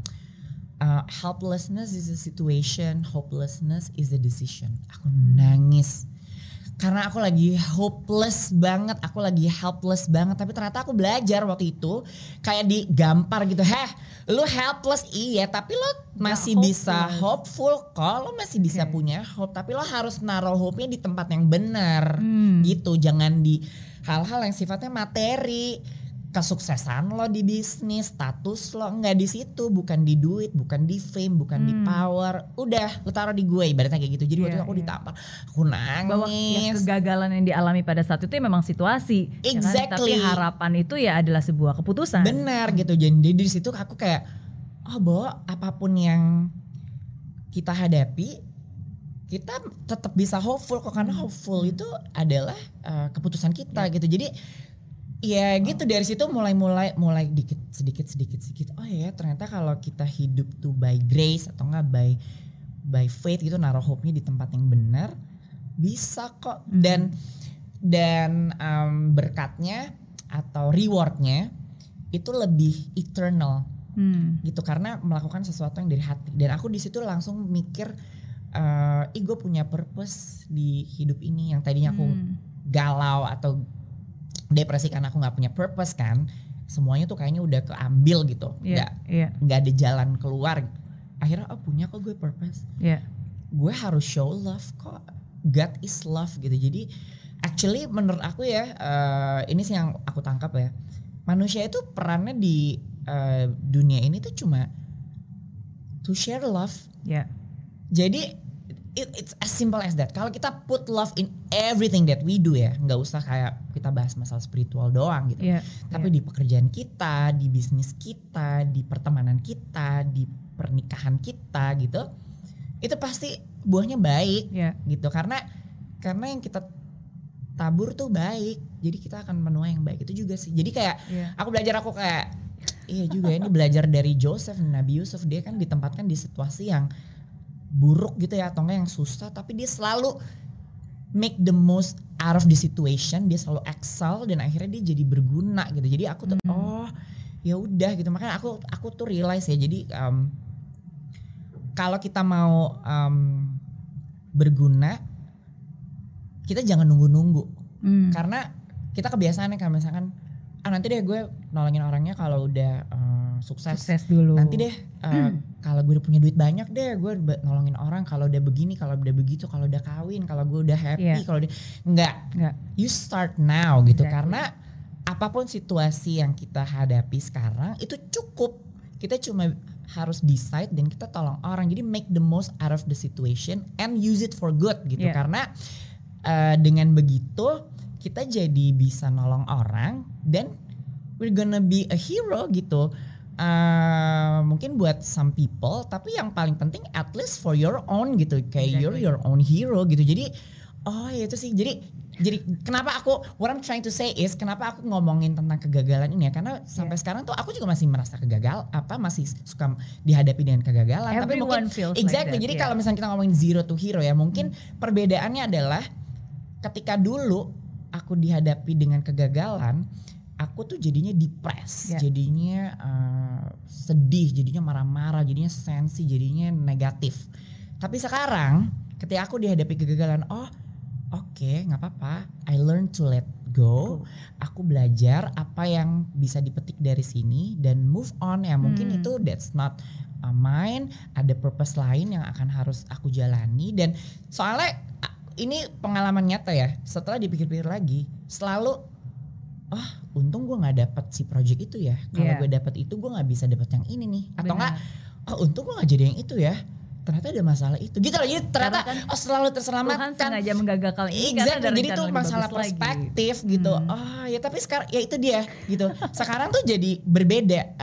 S1: helplessness is a situation, hopelessness is a decision. Aku nangis. Karena aku lagi hopeless banget, aku lagi helpless banget. Tapi ternyata aku belajar waktu itu kayak digampar gitu. Lu helpless iya, tapi lo masih bisa hopeful kok. Lo masih bisa punya hope, tapi lo harus naruh hope-nya di tempat yang benar gitu. Jangan di hal-hal yang sifatnya materi. Kesuksesan lo di bisnis, status lo enggak di situ, bukan di duit, bukan di fame, bukan di power. Udah, lo taruh di gue ibaratnya kayak gitu. Jadi waktu itu aku ditampar, aku nangis.
S2: Bahwa ya, kegagalan yang dialami pada saat itu memang situasi.
S1: Exactly.
S2: Ya kan? Tapi harapan itu ya adalah sebuah keputusan.
S1: Benar gitu. Jadi dari situ aku kayak, bahwa apapun yang kita hadapi, kita tetap bisa hopeful kok, karena hopeful itu adalah keputusan kita gitu. Jadi ya gitu, dari situ mulai dikit sedikit. Oh ya ternyata kalau kita hidup tuh by grace atau enggak by faith gitu, naruh hope-nya di tempat yang benar, bisa kok. Dan berkatnya atau rewardnya itu lebih eternal gitu, karena melakukan sesuatu yang dari hati. Dan aku di situ langsung mikir, gue punya purpose di hidup ini. Yang tadinya aku galau atau depresi karena aku nggak punya purpose kan, semuanya tuh kayaknya udah keambil gitu, nggak ada jalan keluar. Akhirnya punya kok gue purpose, gue harus show love kok, God is love gitu. Jadi actually menurut aku ya, ini sih yang aku tangkap ya, manusia itu perannya di dunia ini tuh cuma to share love. Jadi it's as simple as that. Kalau kita put love in everything that we do ya, nggak usah kayak kita bahas masalah spiritual doang gitu. Tapi di pekerjaan kita, di bisnis kita, di pertemanan kita, di pernikahan kita gitu, itu pasti buahnya baik gitu. Karena yang kita tabur tuh baik, jadi kita akan menuai yang baik itu juga sih. Jadi kayak aku kayak iya juga ini belajar dari Joseph, Nabi Yusuf, dia kan ditempatkan di situasi yang buruk gitu ya, atau enggak yang susah, tapi dia selalu make the most out of the situation, dia selalu excel dan akhirnya dia jadi berguna gitu. Jadi aku tuh oh ya udah gitu, makanya aku tuh realize ya, jadi kalau kita mau berguna, kita jangan nunggu-nunggu. Karena kita kebiasaannya kayak misalkan nanti deh gue nolongin orangnya kalau udah sukses
S2: dulu.
S1: Nanti deh kalau gue udah punya duit banyak deh gue nolongin orang, kalau udah begini, kalau udah begitu, kalau udah kawin, kalau gue udah happy, kalau enggak. You start now gitu. Karena apapun situasi yang kita hadapi sekarang itu cukup. Kita cuma harus decide dan kita tolong orang. Jadi make the most out of the situation and use it for good gitu. Karena dengan begitu kita jadi bisa nolong orang dan we're gonna be a hero gitu. Mungkin buat some people, tapi yang paling penting at least for your own gitu. Kayak you're your own hero gitu. Jadi ya itu sih. Jadi kenapa what I'm trying to say is kenapa aku ngomongin tentang kegagalan ini ya, karena sampai sekarang tuh aku juga masih merasa masih suka dihadapi dengan kegagalan. Tapi mungkin exactly. Jadi kalau misalnya kita ngomongin zero to hero ya, mungkin perbedaannya adalah ketika dulu aku dihadapi dengan kegagalan, aku tuh jadinya depres, jadinya sedih, jadinya marah-marah, jadinya sensi, jadinya negatif. Tapi sekarang ketika aku dihadapi kegagalan, oke, nggak apa-apa, I learn to let go. Aku belajar apa yang bisa dipetik dari sini dan move on ya. Mungkin itu that's not mine, ada purpose lain yang akan harus aku jalani. Dan soalnya ini pengalaman nyata ya, setelah dipikir-pikir lagi selalu untung gue nggak dapet si project itu ya. Kalau gue dapet itu gue nggak bisa dapet yang ini nih. Atau enggak, untung gue nggak jadi yang itu ya. Ternyata ada masalah itu. Gitu loh. Jadi ternyata kan selalu terselamatkan.
S2: Tuhan sengaja menggagalkan ini
S1: karena ada jadi tuh masalah perspektif lagi. Gitu. Ya tapi sekarang ya itu dia gitu. Sekarang tuh jadi berbeda.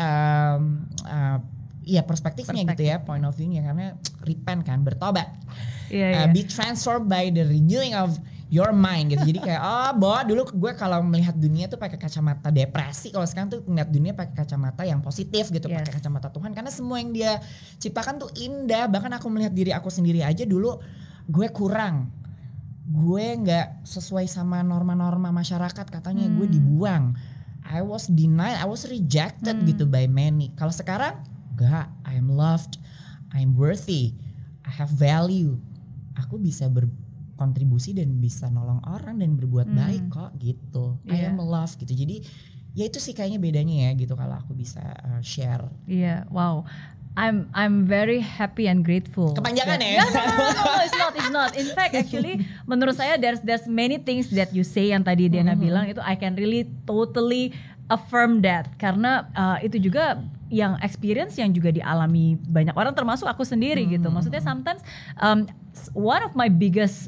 S1: Ya perspektifnya gitu ya, point of view-nya, karena repent kan, bertobat. Be transformed by the renewing of your mind gitu. Jadi kayak dulu gue kalau melihat dunia tuh pakai kacamata depresi, kalau sekarang tuh ngeliat dunia pakai kacamata yang positif gitu, pakai kacamata Tuhan, karena semua yang dia ciptakan tuh indah. Bahkan aku melihat diri aku sendiri aja dulu, gue kurang, gue nggak sesuai sama norma-norma masyarakat, katanya gue dibuang, I was denied, I was rejected gitu by many. Kalau sekarang enggak, I am loved, I am worthy, I have value, aku bisa kontribusi dan bisa nolong orang dan berbuat baik kok gitu. I am loved gitu. Jadi ya itu sih kayaknya bedanya ya gitu kalau aku bisa share.
S2: Wow. I'm very happy and grateful.
S1: Kepanjangan ya?
S2: No, it's not. In fact, actually, menurut saya there's many things that you say yang tadi Diana bilang itu I can really totally affirm that, karena itu juga yang experience yang juga dialami banyak orang termasuk aku sendiri gitu. Maksudnya sometimes one of my biggest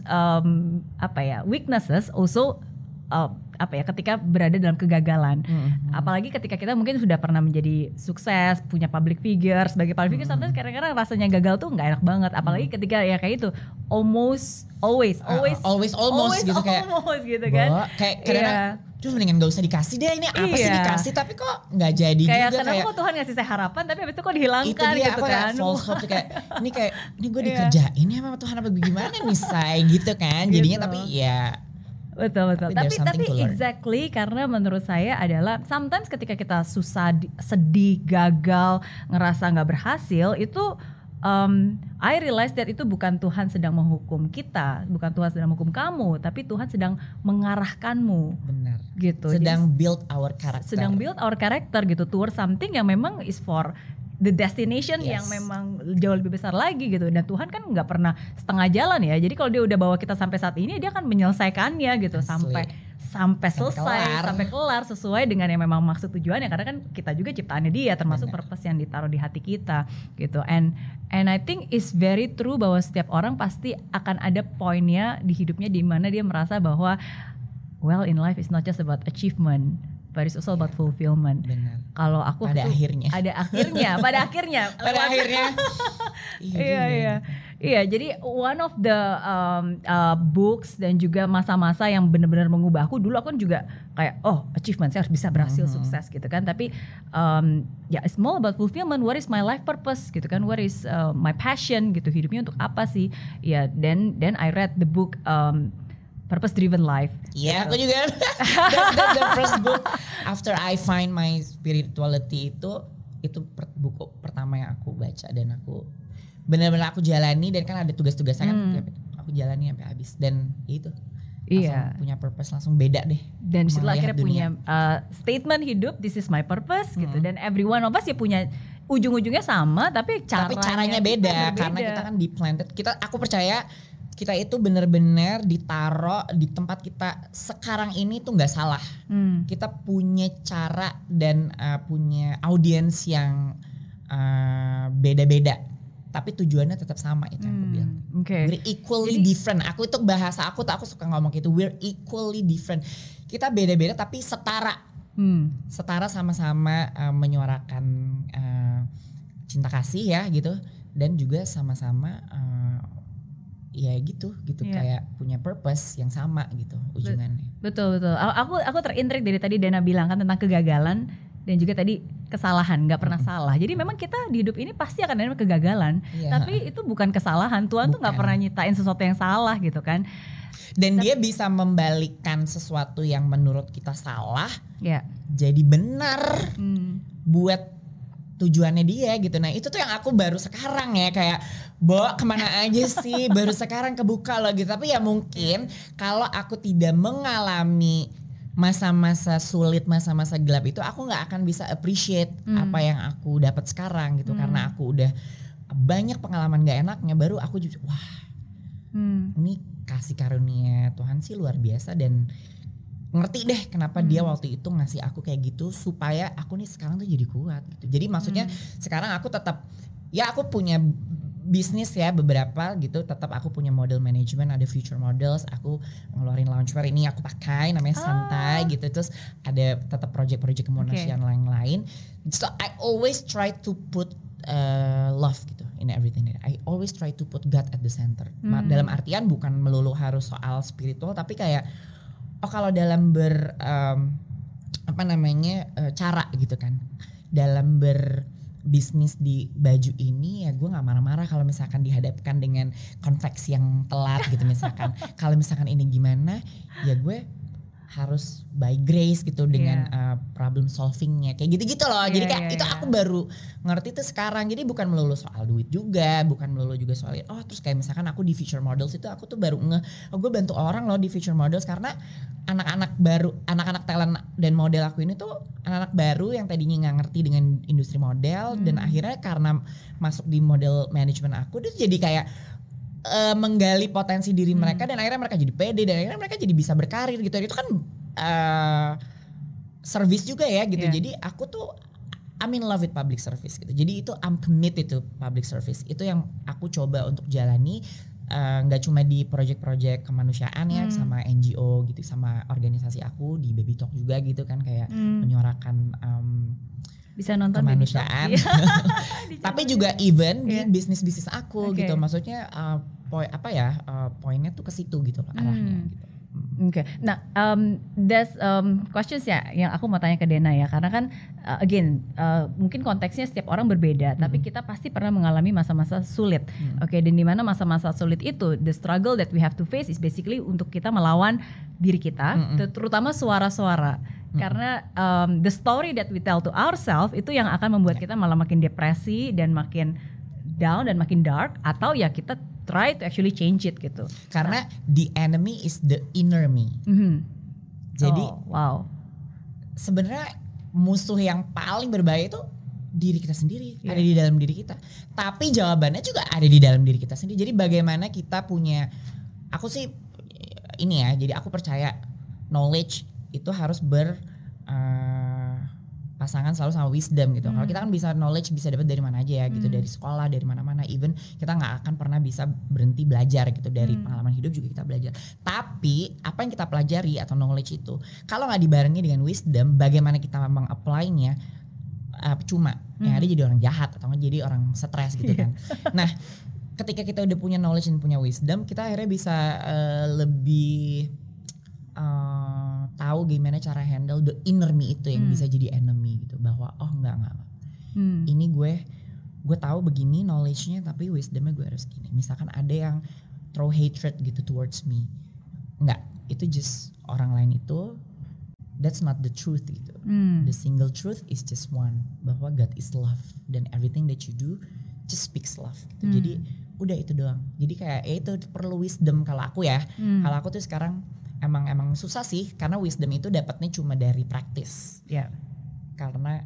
S2: weaknesses also ketika berada dalam kegagalan. Apalagi ketika kita mungkin sudah pernah menjadi sukses, punya public figure, sebagai public figure sometimes kadang-kadang rasanya gagal tuh nggak enak banget. Apalagi ketika ya kayak itu almost gitu kan.
S1: Kayak kadang mendingan gak usah dikasih deh, ini apa sih dikasih tapi kok nggak jadi
S2: kayak
S1: juga.
S2: Kenapa kok Tuhan ngasih saya harapan tapi habis itu kok dihilangkan
S1: itu dia,
S2: gitu kan.
S1: False hope kayak ini gue dikerjain ya sama Tuhan apa gimana nih say gitu kan. Jadinya tapi ya
S2: betul. Tapi exactly, karena menurut saya adalah sometimes ketika kita susah, sedih, gagal, ngerasa nggak berhasil itu I realize that itu bukan Tuhan sedang menghukum kita, bukan Tuhan sedang menghukum kamu, tapi Tuhan sedang mengarahkanmu.
S1: Benar.
S2: Gitu.
S1: Sedang build our character
S2: gitu, towards something yang memang is for the destination yang memang jauh lebih besar lagi gitu. Dan Tuhan kan nggak pernah setengah jalan ya. Jadi kalau dia udah bawa kita sampai saat ini, dia akan menyelesaikannya gitu. Sampai selesai, sampai kelar sesuai dengan yang memang maksud tujuannya, karena kan kita juga ciptaannya dia, termasuk purpose yang ditaruh di hati kita gitu. And I think it's very true bahwa setiap orang pasti akan ada poinnya di hidupnya di mana dia merasa bahwa well, in life is not just about achievement, but it's also about fulfillment. Kalau aku pada akhirnya.
S1: Iya.
S2: Iya, jadi one of the books dan juga masa-masa yang benar-benar mengubah aku. Dulu aku kan juga kayak achievement, saya harus bisa berhasil sukses gitu kan. Tapi ya it's more about fulfillment. What is my life purpose gitu kan? What is my passion gitu? Hidupnya untuk apa sih? Ya, then I read the book Purpose Driven Life.
S1: Iya, aku juga. That's the first book after I find my spirituality itu buku pertama yang aku baca dan aku benar-benar aku jalani, dan kan ada tugas-tugasnya kan aku jalani sampai habis, dan itu langsung punya purpose, langsung beda deh.
S2: Dan setelah akhirnya punya statement hidup, this is my purpose gitu, dan every one of us ya punya ujung-ujungnya sama tapi caranya
S1: beda karena kita kan di-planted. Aku percaya kita itu benar-benar ditaruh di tempat kita sekarang ini tuh nggak salah. Kita punya cara dan punya audiens yang beda-beda, tapi tujuannya tetap sama, itu yang aku bilang. We're equally different. Aku itu bahasa aku suka ngomong gitu. We're equally different. Kita beda-beda tapi setara. Setara, sama-sama menyuarakan cinta kasih ya gitu, dan juga sama-sama ya gitu kayak punya purpose yang sama gitu ujungannya.
S2: Betul. Aku terintrik dari tadi Dena bilang kan tentang kegagalan dan juga tadi kesalahan, nggak pernah salah. Jadi memang kita di hidup ini pasti akan ada kegagalan, tapi itu bukan kesalahan. Tuhan tuh nggak pernah nyitain sesuatu yang salah gitu kan.
S1: Dan dia bisa membalikkan sesuatu yang menurut kita salah jadi benar buat tujuannya dia gitu. Nah itu tuh yang aku baru sekarang ya kayak kemana aja sih baru sekarang kebuka loh gitu. Tapi ya mungkin kalau aku tidak mengalami masa-masa sulit, masa-masa gelap itu, aku nggak akan bisa appreciate apa yang aku dapat sekarang gitu. Karena aku udah banyak pengalaman gak enaknya, baru aku juga ini kasih karunia Tuhan sih luar biasa, dan ngerti deh kenapa dia waktu itu ngasih aku kayak gitu supaya aku nih sekarang tuh jadi kuat gitu. Jadi maksudnya sekarang aku tetap aku punya bisnis ya beberapa gitu, tetap aku punya model management, ada future models, aku ngeluarin loungewear ini aku pakai namanya Santai gitu, terus ada tetap project-project kemanusiaan lain-lain. So I always try to put love gitu in everything. I always try to put God at the center. Dalam artian bukan melulu harus soal spiritual, tapi kayak kalau dalam cara gitu kan, dalam berbisnis di baju ini ya gue nggak marah-marah kalau misalkan dihadapkan dengan konveksi yang telat gitu misalkan. Kalau misalkan ini gimana ya gue harus by grace gitu dengan problem solvingnya kayak gitu-gitu loh. Jadi kayak itu aku baru ngerti tuh sekarang. Jadi bukan melulu soal duit juga, bukan melulu juga soal terus kayak misalkan aku di Future Models itu aku tuh baru gue bantu orang loh di Future Models karena anak-anak baru, anak-anak talent dan model aku ini tuh anak-anak baru yang tadinya nggak ngerti dengan industri model, dan akhirnya karena masuk di model management aku dia jadi kayak menggali potensi diri mereka, dan akhirnya mereka jadi pede, dan akhirnya mereka jadi bisa berkarir gitu. Itu kan service juga ya gitu. Jadi aku tuh I'm in love with public service gitu. Jadi itu I'm committed to public service. Itu yang aku coba untuk jalani, nggak cuma di project-project kemanusiaan ya sama NGO gitu, sama organisasi aku di Baby Talk juga gitu kan, kayak menyuarakan
S2: bisa nonton
S1: kemanusiaan. Tapi juga even di bisnis-bisnis aku gitu. Maksudnya poinnya tuh ke situ gitu loh arahnya gitu.
S2: Nah, there's questions ya yang aku mau tanya ke Dena ya, karena kan again mungkin konteksnya setiap orang berbeda, tapi kita pasti pernah mengalami masa-masa sulit. Dan di mana masa-masa sulit itu, the struggle that we have to face is basically untuk kita melawan diri kita, terutama suara-suara. Karena the story that we tell to ourselves itu yang akan membuat kita malah makin depresi dan makin down dan makin dark, atau ya kita try to actually change it gitu.
S1: Karena the enemy is the inner me. Jadi sebenarnya musuh yang paling berbahaya itu diri kita sendiri, ada di dalam diri kita. Tapi jawabannya juga ada di dalam diri kita sendiri. Jadi bagaimana kita punya, aku sih ini ya, jadi aku percaya knowledge itu harus pasangan selalu sama wisdom gitu. Kalau kita kan bisa knowledge bisa dapat dari mana aja ya gitu, dari sekolah, dari mana-mana, even kita nggak akan pernah bisa berhenti belajar gitu, dari pengalaman hidup juga kita belajar. Tapi apa yang kita pelajari atau knowledge itu kalau nggak dibarengi dengan wisdom, bagaimana kita memang apply-nya percuma. Yang ada jadi orang jahat atau nggak jadi orang stres gitu kan. Nah ketika kita udah punya knowledge dan punya wisdom, kita akhirnya bisa lebih tahu gimana cara handle the inner me itu yang bisa jadi enemy gitu, bahwa enggak. Ini gue tahu begini knowledge-nya, tapi wisdomnya gue harus gini. Misalkan ada yang throw hatred gitu towards me, enggak, itu just orang lain itu, that's not the truth gitu. The single truth is just one, bahwa God is love dan everything that you do just speaks love gitu. Jadi udah itu doang. Jadi kayak itu perlu wisdom kalau aku ya. Kalau aku tuh sekarang emang susah sih, karena wisdom itu dapatnya cuma dari praktis. Karena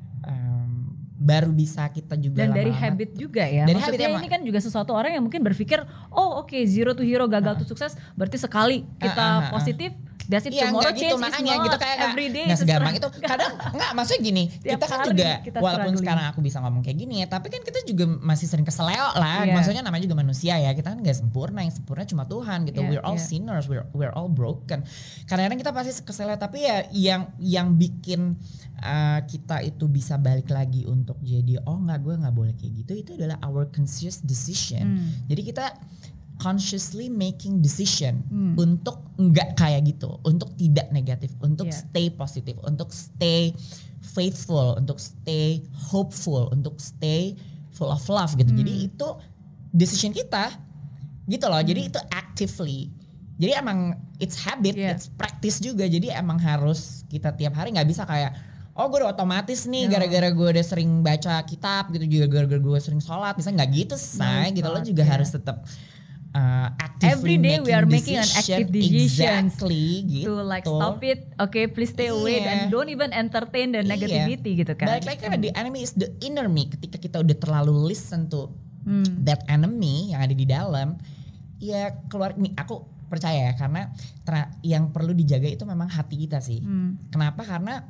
S1: baru bisa kita juga
S2: dan dari
S1: lama-lama
S2: habit juga ya.
S1: Dari
S2: Maksudnya
S1: habit,
S2: ini kan juga sesuatu orang yang mungkin berpikir, zero to hero, gagal to sukses, berarti sekali kita positif, that's it, tomorrow change is not everyday.
S1: Nggak segampang itu. Kadang nggak, maksudnya gini, kita kan juga walaupun sekarang aku bisa ngomong kayak gini ya, tapi kan kita juga masih sering keseleo lah. Maksudnya namanya juga manusia ya, kita kan nggak sempurna, yang sempurna cuma Tuhan gitu. We're all sinners, we're all broken. Kadang-kadang kita pasti keseleo, tapi ya yang bikin kita itu bisa balik lagi untuk jadi gue nggak boleh kayak gitu, itu adalah our conscious decision. Jadi kita consciously making decision untuk nggak kayak gitu, untuk tidak negatif, untuk stay positif, untuk stay faithful, untuk stay hopeful, untuk stay full of love gitu. Jadi itu decision kita gitu loh. Jadi itu actively. Jadi emang it's habit, it's practice juga. Jadi emang harus kita tiap hari, nggak bisa kayak gue udah otomatis nih gara-gara gue udah sering baca kitab gitu, juga gara-gara gue sering sholat, misalnya nggak gitu say gitu. Lo juga harus tetap
S2: every day we are making an active decision
S1: gitu.
S2: To like stop it, please stay away, and don't even entertain the negativity gitu kan.
S1: Balik lagi karena the enemy is the inner me. Ketika kita udah terlalu listen to that enemy yang ada di dalam, ya keluar nih. Aku percaya ya, karena yang perlu dijaga itu memang hati kita sih. Kenapa? Karena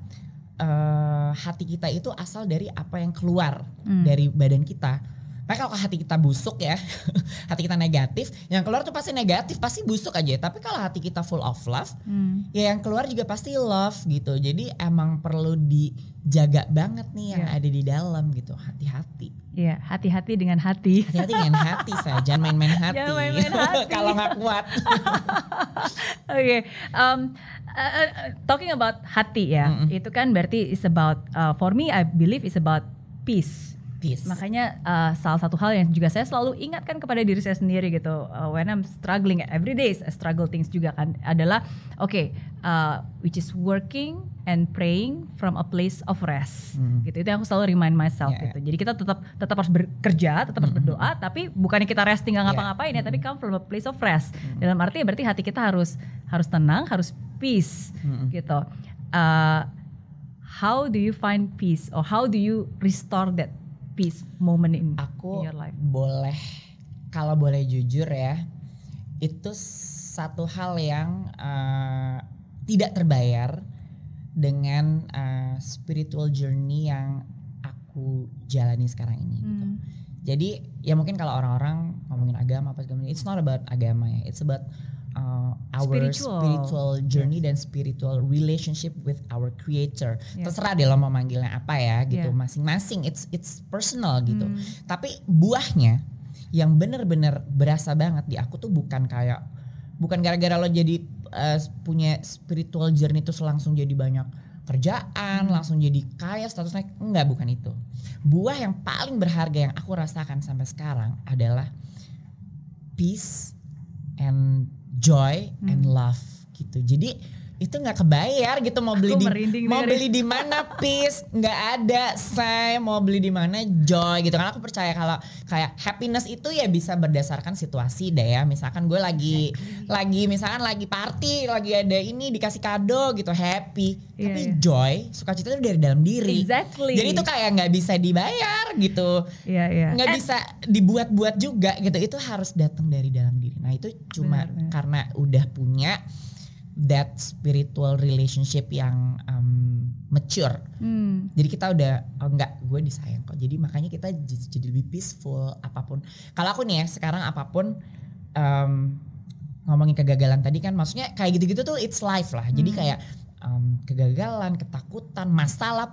S1: hati kita itu asal dari apa yang keluar dari badan kita. Makanya kalau hati kita busuk ya, hati kita negatif, yang keluar tuh pasti negatif, pasti busuk aja. Tapi kalau hati kita full of love, ya yang keluar juga pasti love gitu. Jadi emang perlu dijaga banget nih yang ada di dalam gitu, hati-hati.
S2: Iya, hati-hati dengan hati.
S1: Hati-hati dengan hati saya, jangan main-main hati.
S2: Jangan main-main hati.
S1: Kalau nggak kuat.
S2: Talking about hati ya, itu kan berarti is about, for me I believe is about peace. Makanya salah satu hal yang juga saya selalu ingatkan kepada diri saya sendiri gitu, when I'm struggling, every day I struggle things juga kan, adalah which is working and praying from a place of rest gitu. Itu yang aku selalu remind myself gitu. Jadi kita tetap harus bekerja, tetap harus berdoa, tapi bukannya kita resting nggak ngapa-ngapain ya, tapi come from a place of rest. Dalam arti berarti hati kita harus tenang, harus peace gitu. How do you find peace, or how do you restore that peace moment in your life?
S1: Boleh, kalau boleh jujur ya, itu satu hal yang tidak terbayar dengan spiritual journey yang aku jalani sekarang ini gitu. Jadi ya mungkin kalau orang-orang ngomongin agama apa segala macam, it's not about agama ya, it's about our spiritual journey dan spiritual relationship with our creator. Terserah deh lo mau manggilnya apa ya gitu, masing-masing it's personal gitu. Tapi buahnya yang benar-benar berasa banget di aku tuh bukan gara-gara lo jadi punya spiritual journey terus langsung jadi banyak kerjaan, langsung jadi kaya, status naik, enggak, bukan itu. Buah yang paling berharga yang aku rasakan sampai sekarang adalah peace and joy and love gitu. Jadi itu nggak kebayar gitu, mau beli di mana peace nggak ada, saya mau beli di mana joy gitu. Karena aku percaya kalau kayak happiness itu ya bisa berdasarkan situasi deh ya. Misalkan gue lagi party, lagi ada ini dikasih kado gitu, happy. Tapi joy, sukacita itu dari dalam diri. Jadi itu kayak nggak bisa dibayar gitu. Nggak bisa dibuat-buat juga gitu. Itu harus datang dari dalam diri. Nah itu cuma karena udah punya that spiritual relationship yang mature. Jadi kita udah gue disayang kok. Jadi makanya kita jadi lebih peaceful apapun. Kalau aku nih ya sekarang apapun, ngomongin kegagalan tadi kan, maksudnya kayak gitu-gitu tuh it's life lah. Jadi kayak kegagalan, ketakutan, masalah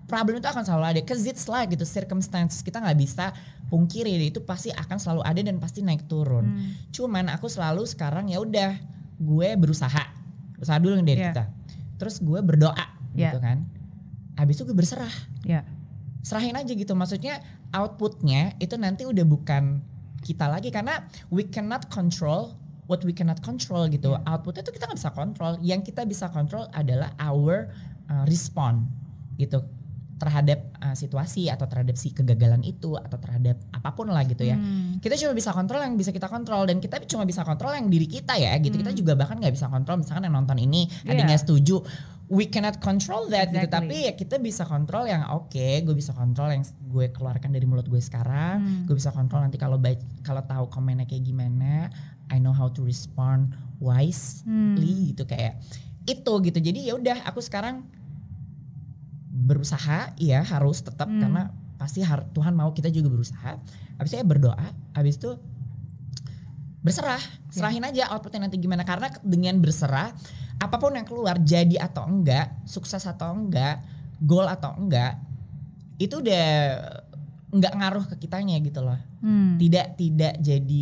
S1: problem itu akan selalu ada, cause it's like gitu, circumstances kita nggak bisa pungkiri, itu pasti akan selalu ada dan pasti naik turun. Cuman aku selalu sekarang ya udah, gue berusaha dulu dari kita, terus gue berdoa gitu kan, habis itu gue berserah, serahin aja gitu, maksudnya outputnya itu nanti udah bukan kita lagi, karena we cannot control what we cannot control gitu. Outputnya itu kita nggak bisa kontrol, yang kita bisa kontrol adalah our respond gitu terhadap situasi atau terhadap si kegagalan itu atau terhadap apapun lah gitu ya. Kita cuma bisa kontrol yang bisa kita kontrol, dan kita cuma bisa kontrol yang diri kita ya gitu. Kita juga bahkan nggak bisa kontrol misalkan yang nonton ini ada nggak setuju, we cannot control that gitu. Tapi ya kita bisa kontrol yang gue bisa kontrol yang gue keluarkan dari mulut gue sekarang. Gue bisa kontrol nanti kalau tahu komennya kayak gimana, I know how to respond wisely gitu, kayak itu gitu. Jadi ya udah, aku sekarang berusaha, ya harus tetap karena pasti Tuhan mau kita juga berusaha. Habis itu ya berdoa, habis itu berserah, serahin aja outputnya nanti gimana. Karena dengan berserah, apapun yang keluar, jadi atau enggak, sukses atau enggak, goal atau enggak, itu udah enggak ngaruh ke kitanya gitu loh. Tidak jadi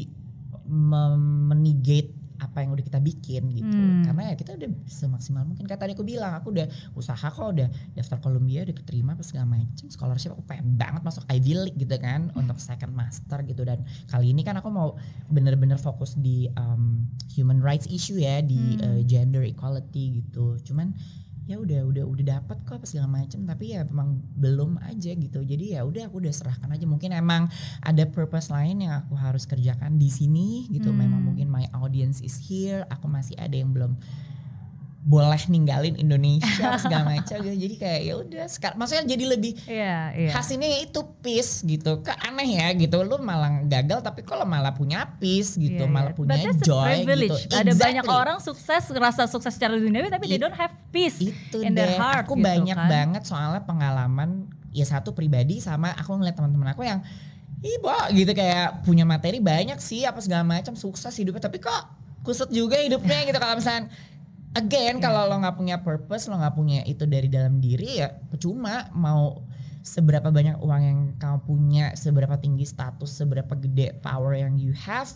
S1: menegate apa yang udah kita bikin gitu. Karena ya kita udah semaksimal mungkin. Kayak tadi aku bilang, aku udah usaha kok, udah daftar Columbia, udah keterima apa segala macam, scholarship, aku pengen banget masuk Ivy League gitu kan, untuk second master gitu. Dan kali ini kan aku mau bener-bener fokus di human rights issue ya, di gender equality gitu. Cuman ya udah dapat kok apa segala macam, tapi ya memang belum aja gitu. Jadi ya udah, aku udah serahkan aja. Mungkin emang ada purpose lain yang aku harus kerjakan di sini gitu. Memang mungkin my audience is here, aku masih ada yang belum boleh ninggalin Indonesia segala macam gitu. Jadi kayak ya udah sekarang, maksudnya jadi lebih hasilnya itu peace gitu. Aneh ya gitu, lu malah gagal tapi kalau malah punya peace gitu, malah punya joy gitu.
S2: Ada banyak orang sukses, ngerasa sukses secara duniawi tapi they don't have peace in their heart.
S1: Aku
S2: gitu
S1: banyak
S2: kan.
S1: banget soalnya pengalaman ya, satu pribadi sama aku ngeliat teman-teman aku yang gitu, kayak punya materi banyak sih apa segala macam, sukses hidupnya, tapi kok kusut juga hidupnya gitu. Kalau misalnya again, kalau lo nggak punya purpose, lo nggak punya itu dari dalam diri, ya percuma mau seberapa banyak uang yang kamu punya, seberapa tinggi status, seberapa gede power yang you have,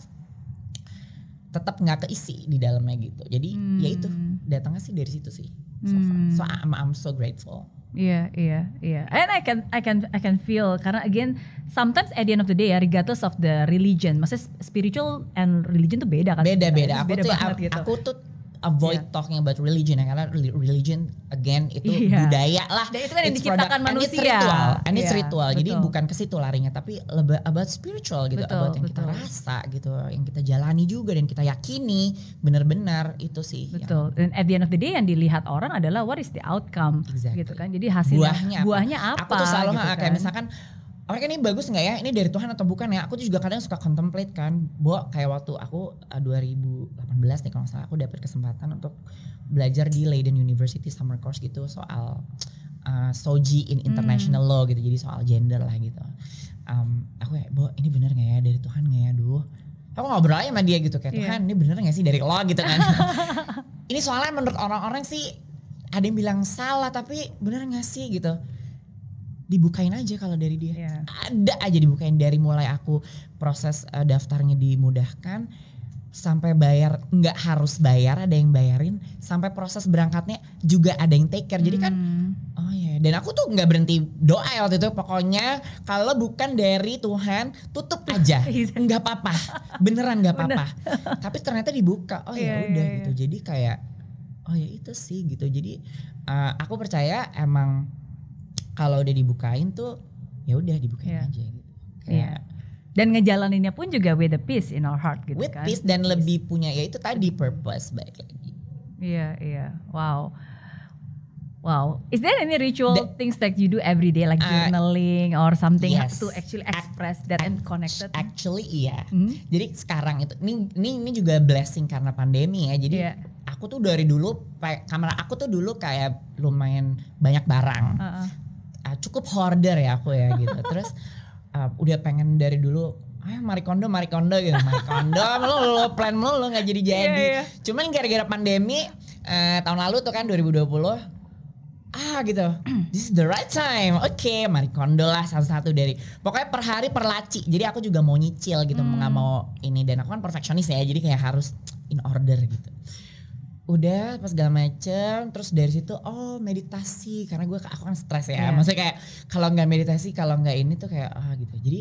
S1: tetap nggak keisi di dalamnya gitu. Jadi ya itu datangnya sih dari situ sih. So I'm so grateful.
S2: Iya. And I can feel, karena again sometimes at the end of the day ya, regardless of the religion, maksudnya spiritual and religion tuh beda kan?
S1: Beda.
S2: Aku
S1: tuh avoid talking about religion ya, karena religion again itu budaya lah.
S2: Dan itu kan yang diciptakan manusia.
S1: And it's ritual. Jadi bukan ke situ larinya, tapi about spiritual gitu, about yang kita rasa gitu, yang kita jalani juga dan kita yakini benar-benar itu sih.
S2: Betul. Dan at the end of the day yang dilihat orang adalah what is the outcome gitu kan. Jadi hasilnya buahnya apa?
S1: Aku tuh selalu
S2: gitu
S1: kayak misalkan, oke, ini bagus nggak ya? Ini dari Tuhan atau bukan ya? Aku tuh juga kadang suka contemplate kan, kayak waktu aku 2018 nih kalau nggak salah, aku dapat kesempatan untuk belajar di Leiden University summer course gitu soal SOGI in international law gitu, jadi soal gender lah gitu. Aku kayak, ini bener nggak ya dari Tuhan nggak ya? Aku ngobrol aja sama dia gitu kayak, Tuhan ini bener nggak sih dari lo gitu kan? Ini soalnya menurut orang-orang sih ada yang bilang salah, tapi bener nggak sih gitu? Dibukain aja kalau dari dia. Ada aja dibukain, dari mulai aku proses daftarnya dimudahkan sampai bayar, nggak harus bayar, ada yang bayarin, sampai proses berangkatnya juga ada yang take care. Jadi kan dan aku tuh nggak berhenti doa ya waktu itu, pokoknya kalau bukan dari Tuhan tutup aja, nggak apa-apa, beneran nggak apa-apa. Tapi ternyata dibuka, ya udah gitu. Jadi kayak ya itu sih gitu. Jadi aku percaya emang kalau udah dibukain tuh ya udah dibukain aja gitu. Kayak
S2: dan ngejalaninnya pun juga with the peace in our heart gitu
S1: with
S2: kan.
S1: With peace, dan lebih punya ya itu tadi purpose, balik lagi.
S2: Iya. Wow. Is there any ritual things that you do every day, like journaling or something to actually express that and connected?
S1: Actually iya. Jadi sekarang itu ini juga blessing karena pandemi ya. Jadi aku tuh dari dulu kamera aku tuh dulu kayak lumayan banyak barang. Cukup hoarder ya aku ya gitu. Terus udah pengen dari dulu Marie Kondo gitu. Marie Kondo melulu, plan melulu gak jadi. Cuman gara-gara pandemi tahun lalu tuh kan 2020, gitu, this is the right time. Oke, Marie Kondo lah satu-satu dari, pokoknya per hari per laci. Jadi aku juga mau nyicil gitu, nggak mau ini, dan aku kan perfeksionis ya, jadi kayak harus in order gitu. Udah pas segala macem, terus dari situ meditasi, karena aku kan stres ya. Maksudnya kayak kalau nggak meditasi, kalau nggak ini tuh kayak gitu. Jadi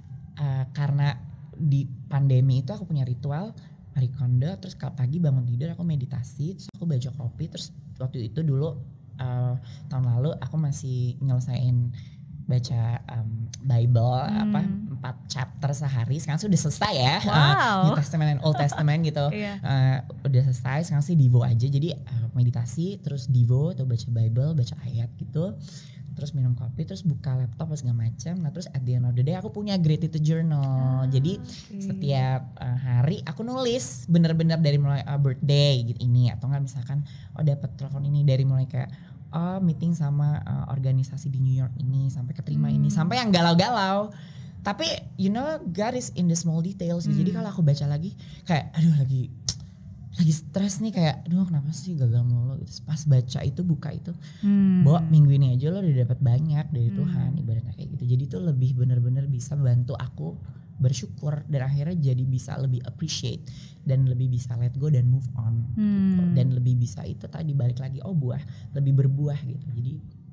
S1: karena di pandemi itu aku punya ritual Marie Kondo, terus pagi bangun tidur aku meditasi, terus aku baca kopi. Terus waktu itu dulu tahun lalu aku masih nyelesain baca Bible 4 chapter sehari. Sekarang sudah selesai ya. New Testament and Old Testament gitu. Udah selesai. Sekarang sih Devo aja. Jadi meditasi terus Devo atau baca Bible, baca ayat gitu. Terus minum kopi, terus buka laptop segala macam. Nah terus at the end of the day aku punya gratitude journal. Jadi setiap hari aku nulis bener-bener dari mulai birthday gitu ini, atau enggak misalkan dapat telepon ini, dari mulai kayak meeting sama organisasi di New York ini sampai keterima ini, sampai yang galau-galau. Tapi you know God is in the small details. Jadi kalau aku baca lagi kayak aduh lagi stres nih, kayak aduh kenapa sih gagal mulu gitu. Pas baca itu, buka itu, bahwa minggu ini aja lo udah dapat banyak dari Tuhan, ibaratnya kayak gitu. Jadi itu lebih benar-benar bisa bantu aku bersyukur, dan akhirnya jadi bisa lebih appreciate dan lebih bisa let go dan move on gitu. Dan lebih bisa itu tadi balik lagi lebih berbuah gitu. Jadi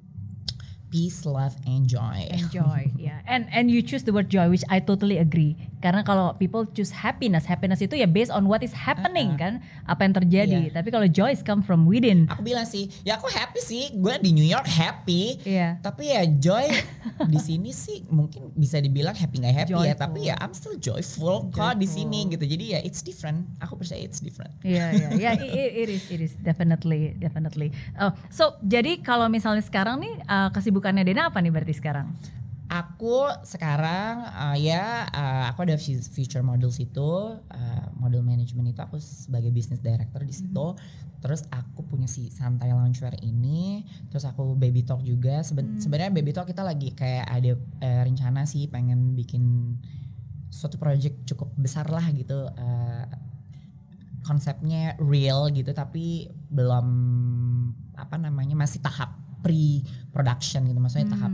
S1: peace, love, and joy.
S2: Enjoy, yeah. And you choose the word joy, which I totally agree. Karena kalau people choose happiness itu ya based on what is happening kan, apa yang terjadi. Tapi kalau joy is come from within.
S1: Aku bilang sih, ya aku happy sih, gue di New York happy. Tapi ya joy di sini sih mungkin bisa dibilang happy nggak happy joyful. Ya. Tapi ya I'm still joyful kok di sini gitu. Jadi ya it's different. Aku percaya it's different.
S2: It is definitely. So jadi kalau misalnya sekarang nih kesibukannya Dena apa nih berarti sekarang?
S1: Aku sekarang aku ada future models itu, model management itu aku sebagai business director di situ. Terus aku punya si Santai Loungewear ini, terus aku Baby Talk juga. Sebenarnya Baby Talk kita lagi kayak ada rencana sih pengen bikin suatu project cukup besar lah gitu. Konsepnya real gitu, tapi belum masih tahap pre-production gitu, maksudnya tahap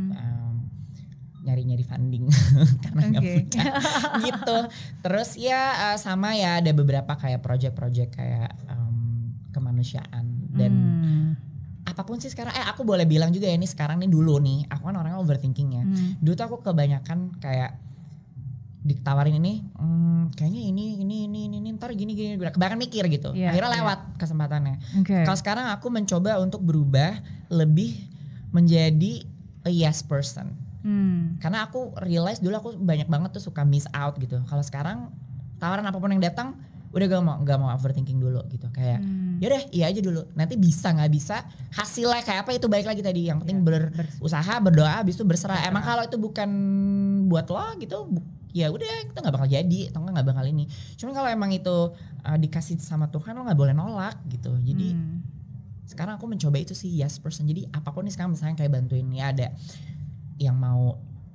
S1: nyari funding karena nggak punya gitu. Terus ya sama ya ada beberapa kayak project-project kayak kemanusiaan dan apapun sih sekarang. Aku boleh bilang juga ya, ini sekarang nih, dulu nih aku kan orangnya overthinking ya. Dulu tuh aku kebanyakan kayak ditawarin ini kayaknya ini ntar gini kebanyakan mikir gitu. Akhirnya lewat kesempatannya. Kalau sekarang aku mencoba untuk berubah lebih menjadi a yes person. Karena aku realize dulu aku banyak banget tuh suka miss out gitu. Kalau sekarang tawaran apapun yang datang udah gak mau overthinking dulu gitu. Kayak yaudah iya aja dulu, nanti bisa nggak bisa hasilnya kayak apa itu baik lagi tadi. Yang penting berusaha, berdoa, habis itu berserah. Emang kalau itu bukan buat lo gitu, ya udah kita nggak bakal jadi atau nggak bakal ini. Cuman kalau emang itu dikasih sama Tuhan, lo nggak boleh nolak gitu. Jadi sekarang aku mencoba itu sih yes person. Jadi apapun nih sekarang misalnya kayak bantuin ya, ada yang mau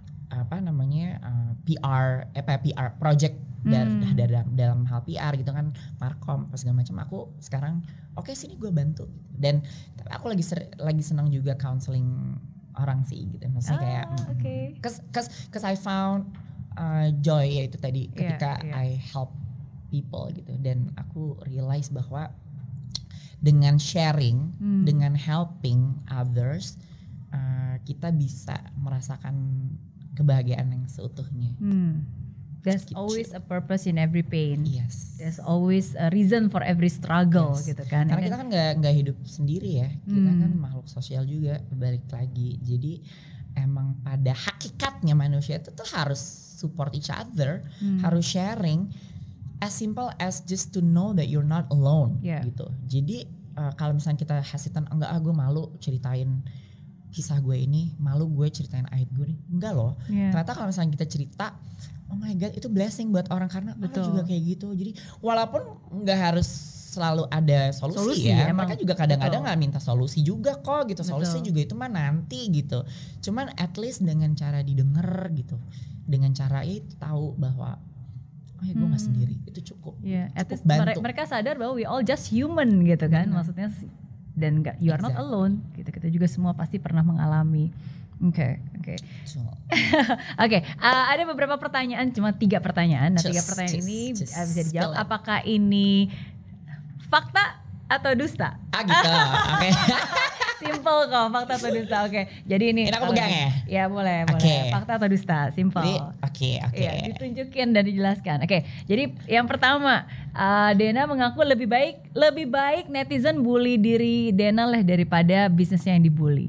S1: PR project dalam hal PR gitu kan, markom apa segala macam, aku sekarang sini gue bantu. Dan aku lagi senang juga counseling orang sih gitu, maksudnya kayak cause I found joy ya itu tadi ketika I help people gitu. Dan aku realize bahwa dengan sharing, dengan helping others, kita bisa merasakan kebahagiaan yang seutuhnya.
S2: There's always a purpose in every pain.
S1: Yes.
S2: There's always a reason for every struggle gitu kan.
S1: Karena kita kan nggak hidup sendiri ya. Kita kan makhluk sosial juga, balik lagi. Jadi emang pada hakikatnya manusia itu tuh harus support each other, harus sharing. As simple as just to know that you're not alone gitu. Jadi kalau misalnya kita hesitant, gue malu ceritain kisah gue ini, malu gue ceritain aib gue nih. Enggak loh. Ternyata kalau misalnya kita cerita, oh my god, itu blessing buat orang, karena orang juga kayak gitu. Jadi walaupun nggak harus selalu ada solusi ya, mereka juga kadang-kadang nggak minta solusi juga kok gitu. Solusi juga itu mah nanti gitu. Cuman at least dengan cara didengar gitu, dengan cara itu tahu bahwa gue nggak sendiri, itu cukup.
S2: At least bantu. Mereka sadar bahwa we all just human gitu kan. Maksudnya dan you are not
S1: Exactly.
S2: alone gitu. Kita juga semua pasti pernah mengalami. Oke. Oke, ada beberapa pertanyaan, cuma 3 pertanyaan. Nah, 3 pertanyaan ini bisa dijawab.
S1: spill it.
S2: Apakah ini fakta atau dusta?
S1: Gitu. Oke.
S2: Simple kok, fakta atau dusta. Oke. Jadi ini
S1: Ini aku pegang ya?
S2: Ya, boleh.
S1: Oke.
S2: Fakta atau dusta? Simple.
S1: Jadi oke.
S2: Iya, ditunjukin dan dijelaskan. Oke, jadi yang pertama, Dena mengaku lebih baik netizen bully diri Dena lah daripada bisnisnya yang dibully.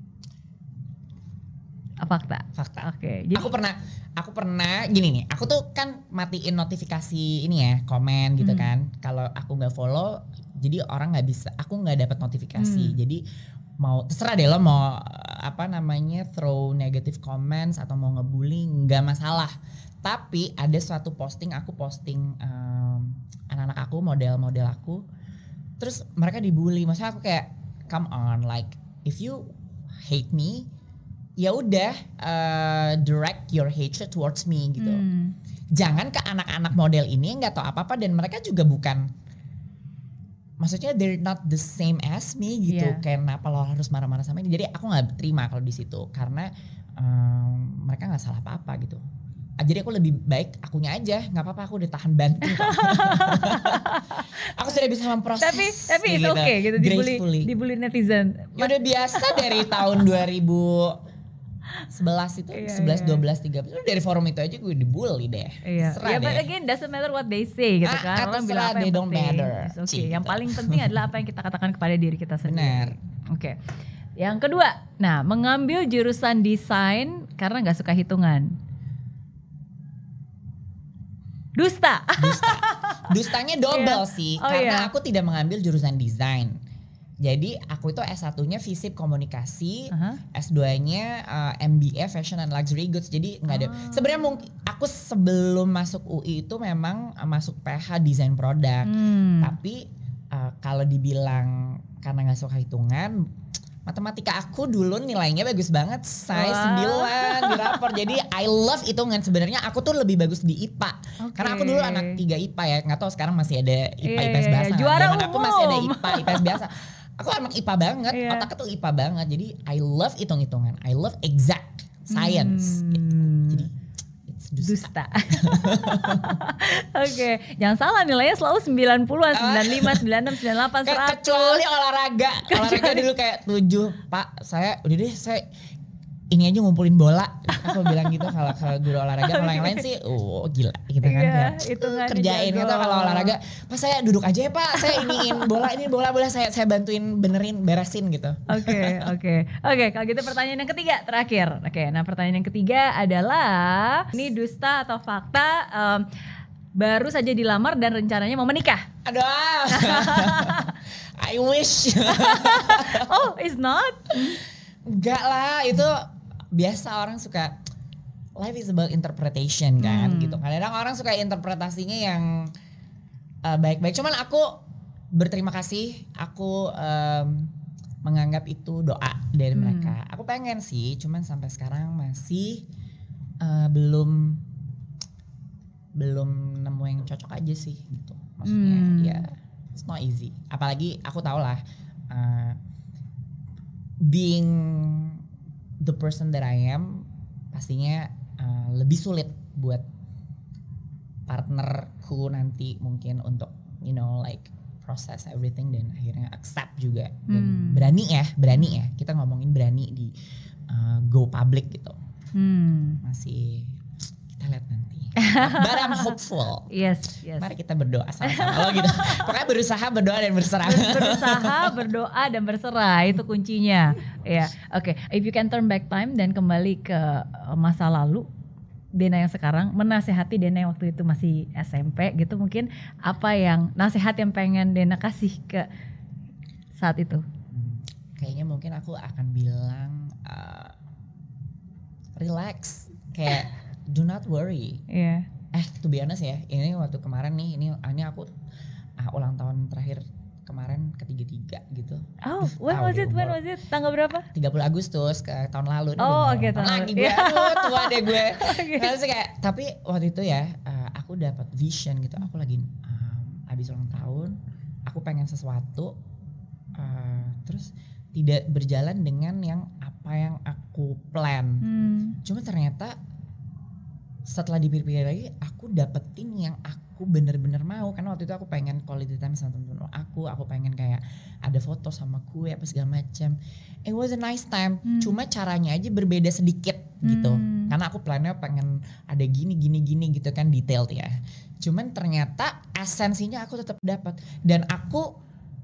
S2: Fakta. Oke. Jadi
S1: Aku pernah gini nih. Aku tuh kan matiin notifikasi ini ya, komen gitu kan. Kalau aku nggak follow, jadi orang nggak bisa. Aku nggak dapat notifikasi. Jadi mau terserah deh lo mau throw negative comments atau mau ngebully nggak masalah. Tapi ada suatu posting, aku posting anak-anak aku, model-model aku, terus mereka dibully. Maksudnya aku kayak come on, like if you hate me, ya udah direct your hatred towards me gitu. Jangan ke anak-anak model ini nggak tahu apa-apa dan mereka juga bukan, maksudnya they're not the same as me gitu. Kenapa lo harus marah-marah sama ini? Jadi aku nggak terima kalau di situ karena mereka nggak salah apa-apa gitu. Jadi aku lebih baik akunya aja, nggak apa-apa, aku udah tahan banting kok. Aku sudah bisa memproses.
S2: Tapi itu oke gitu dibully netizen.
S1: Ya udah biasa dari tahun 2011 itu, 11, 12, 13 dari forum itu aja gue dibully deh.
S2: Iya. But again doesn't matter what they say gitu kan. Orang bilang apa yang penting. Oke. Yang paling penting adalah apa yang kita katakan kepada diri kita sendiri.
S1: Benar.
S2: Oke. Yang kedua, nah mengambil jurusan desain karena nggak suka hitungan. Dusta.
S1: Dustanya double sih, karena aku tidak mengambil jurusan desain. Jadi aku itu S1-nya Fisip Komunikasi, S2-nya MBA Fashion and Luxury Goods. Jadi nggak ada. Sebenarnya mungkin aku sebelum masuk UI itu memang masuk PH desain produk. Tapi kalau dibilang karena nggak suka hitungan, matematika aku dulu nilainya bagus banget, saya 9 di rapor. Jadi I love hitungan. Sebenarnya aku tuh lebih bagus di IPA. Karena aku dulu anak 3 IPA ya. Nggak tahu sekarang masih ada IPA IPS biasa.
S2: Juara umum.
S1: Aku masih ada IPA IPS biasa. Aku anak IPA banget, otaknya tuh IPA banget. Jadi I love hitung-hitungan. I love exact science. Jadi it's dusta.
S2: Oke, jangan salah nilainya selalu 90-an, 95, 96, 98, 100.
S1: Kecuali olahraga dulu kayak 7, Pak. Saya udah deh, saya ini aja ngumpulin bola. Aku bilang gitu kalau guru olahraga. Kalau yang lain sih gila gitu kan. Kerjain gitu kalau olahraga. Pas saya duduk aja ya Pak, saya iniin bola, ini bola saya bantuin beresin gitu.
S2: Oke. Kalau gitu pertanyaan yang ketiga terakhir. Oke, nah pertanyaan yang ketiga adalah ini dusta atau fakta? Baru saja dilamar dan rencananya mau menikah.
S1: Aduh. I wish.
S2: Oh, it's not?
S1: Enggak lah, itu biasa orang suka, life is about interpretation kan gitu. Kadang-kadang orang suka interpretasinya yang baik-baik. Cuman aku berterima kasih, aku menganggap itu doa dari mereka. Aku pengen sih, cuman sampai sekarang masih belum nemu yang cocok aja sih gitu. Maksudnya ya it's not easy. Apalagi aku tau lah being the person that I am pastinya lebih sulit buat partnerku nanti mungkin untuk like process everything dan akhirnya accept juga dan berani ya kita ngomongin berani di go public gitu. Masih kita lihat nanti. But I'm hopeful.
S2: Yes.
S1: Mari kita berdoa sama-sama gitu. Pokoknya berusaha, berdoa dan berserah.
S2: Berusaha, berdoa dan berserah itu kuncinya. Ya, oke. If you can turn back time dan kembali ke masa lalu, Dena yang sekarang menasehati Dena yang waktu itu masih SMP gitu, mungkin apa yang nasihat yang pengen Dena kasih ke saat itu?
S1: Kayaknya mungkin aku akan bilang relax, kayak do not worry.
S2: Iya.
S1: To be honest ya, ini waktu kemarin nih, ini aku ulang tahun terakhir kemarin ke-33 gitu.
S2: Oh, when was it? Tanggal berapa?
S1: 30 Agustus ke tahun lalu.
S2: Oke, tahun
S1: lagi gue. Tua deh gue. Kayak, tapi waktu itu ya, aku dapat vision gitu. Aku lagi habis ulang tahun, aku pengen sesuatu terus tidak berjalan dengan yang apa yang aku plan. Cuma ternyata setelah dipikir-pikir lagi, aku dapetin yang aku bener-bener mau. Karena waktu itu aku pengen quality time sama temen-temen aku pengen kayak ada foto sama kue apa segala macam. It was a nice time. Cuma caranya aja berbeda sedikit gitu. Karena aku plannya pengen ada gini gitu kan, detailed ya. Cuman ternyata esensinya aku tetap dapat. Dan aku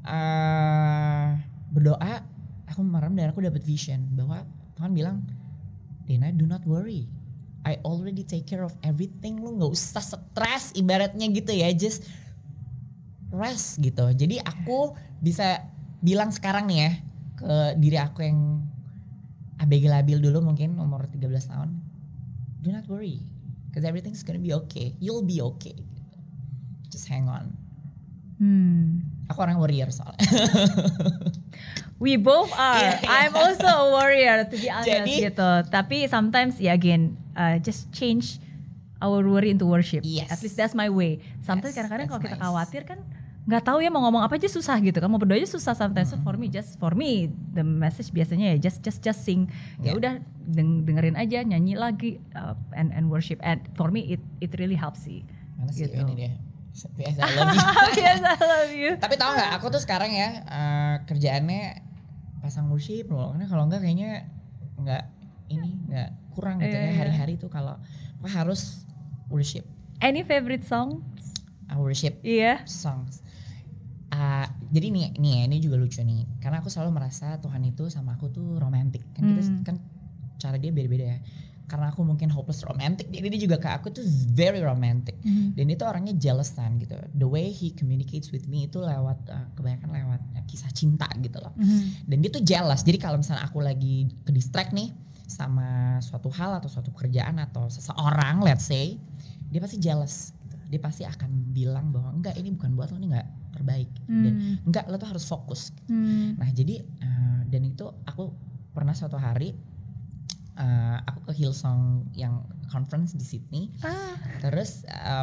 S1: berdoa, aku merem dan aku dapat vision bahwa Tuhan bilang, Dena, do not worry, I already take care of everything. Lu nggak usah stres ibaratnya gitu ya, just rest gitu. Jadi aku bisa bilang sekarang nih ya ke diri aku yang ABG labil dulu mungkin umur 13 tahun, do not worry, because everything's gonna be okay, you'll be okay, just hang on. Aku orang warrior soalnya.
S2: We both are. I'm also a warrior to be honest gitu. Tapi sometimes ya again, just change our worry into worship.
S1: Yes.
S2: At least that's my way. Sometimes
S1: Yes,
S2: kadang-kadang kalau kita
S1: that's nice.
S2: khawatir kan nggak tahu ya mau ngomong apa aja susah gitu kan, mau berdoa aja susah sometimes. So for me the message biasanya ya just sing. Ya udah dengerin aja, nyanyi lagi and worship. And for me it really helps sih.
S1: Mana sih
S2: Gitu.
S1: ini dia? Biasa I love you.
S2: Yes, I love you.
S1: Tapi tau nggak, aku tuh sekarang ya kerjaannya pasang worship loh, karena kalau enggak kayaknya nggak kurang gitu ya hari-hari tuh kalau harus worship.
S2: Any favorite song?
S1: Worship songs. Jadi nih ini juga lucu nih, karena aku selalu merasa Tuhan itu sama aku tuh romantic kan, kita kan cara dia beda-beda ya. Karena aku mungkin hopeless romantic, jadi dia juga ke aku tuh very romantic. Dan itu orangnya jealousan gitu. The way he communicates with me itu lewat kebanyakan lewat kisah cinta gitu loh. Dan dia tuh jealous. Jadi kalau misalnya aku lagi ke distract nih sama suatu hal atau suatu kerjaan atau seseorang, let's say, dia pasti jealous gitu. Dia pasti akan bilang bahwa enggak, ini bukan buat lo, ini enggak terbaik. Dan enggak, lo tuh harus fokus. Nah jadi dan itu aku pernah suatu hari aku ke Hillsong yang conference di Sydney. Terus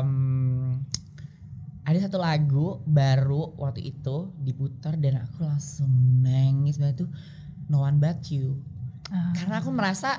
S1: ada satu lagu baru waktu itu diputar dan aku langsung nangis banget tuh, No One But You. Karena aku merasa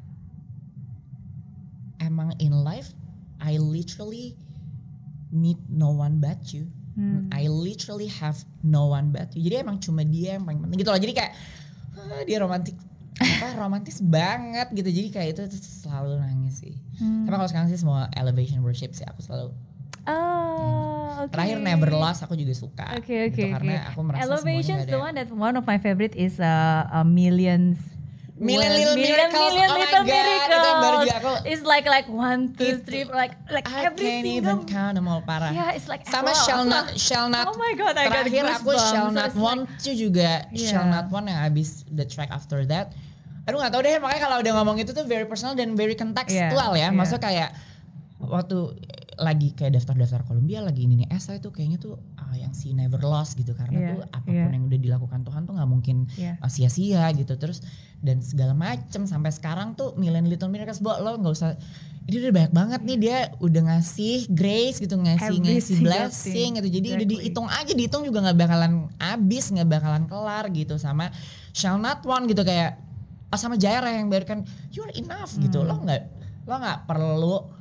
S1: emang in life I literally need no one but you. I literally have no one but you. Jadi emang cuma dia yang paling penting gitu loh. Jadi kayak dia romantis banget gitu. Jadi kayak itu selalu nangis sih. Tapi kalau sekarang sih semua elevation worship sih aku selalu.
S2: Okay.
S1: Terakhir Never Lost aku juga suka.
S2: Okay.
S1: Karena aku merasa
S2: Elevation's
S1: semuanya
S2: the one that one of my favorite is Million
S1: Little Miracles.
S2: Million
S1: Oh my
S2: Little
S1: God, itu yang baru juga aku.
S2: It's like 1, 2, 3 like
S1: I
S2: every
S1: can't
S2: single.
S1: even count them all, parah.
S2: Yeah, it's like
S1: Sama
S2: wow,
S1: Shall Not.
S2: Oh my God, I got
S1: Terakhir aku
S2: goosebumps.
S1: Shall Not
S2: So
S1: Want to juga.
S2: Yeah.
S1: Shall Not Want yang abis the track after that. Aduh gak tau deh, makanya kalau udah ngomong itu tuh very personal dan very contextual ya. Maksudnya kayak waktu lagi kayak daftar Columbia lagi ini nih essay tuh kayaknya tuh yang si Never Lost gitu, karena tuh apapun yang udah dilakukan Tuhan tuh nggak mungkin sia-sia gitu. Terus dan segala macem sampai sekarang tuh Million Little Miracles, lo nggak usah, ini udah banyak banget nih, dia udah ngasih grace gitu, ngasih blessing gitu. Jadi udah dihitung juga nggak bakalan habis, nggak bakalan kelar gitu. Sama Shall Not Want gitu, kayak sama Jaira yang biarkan you're enough gitu. Lo nggak perlu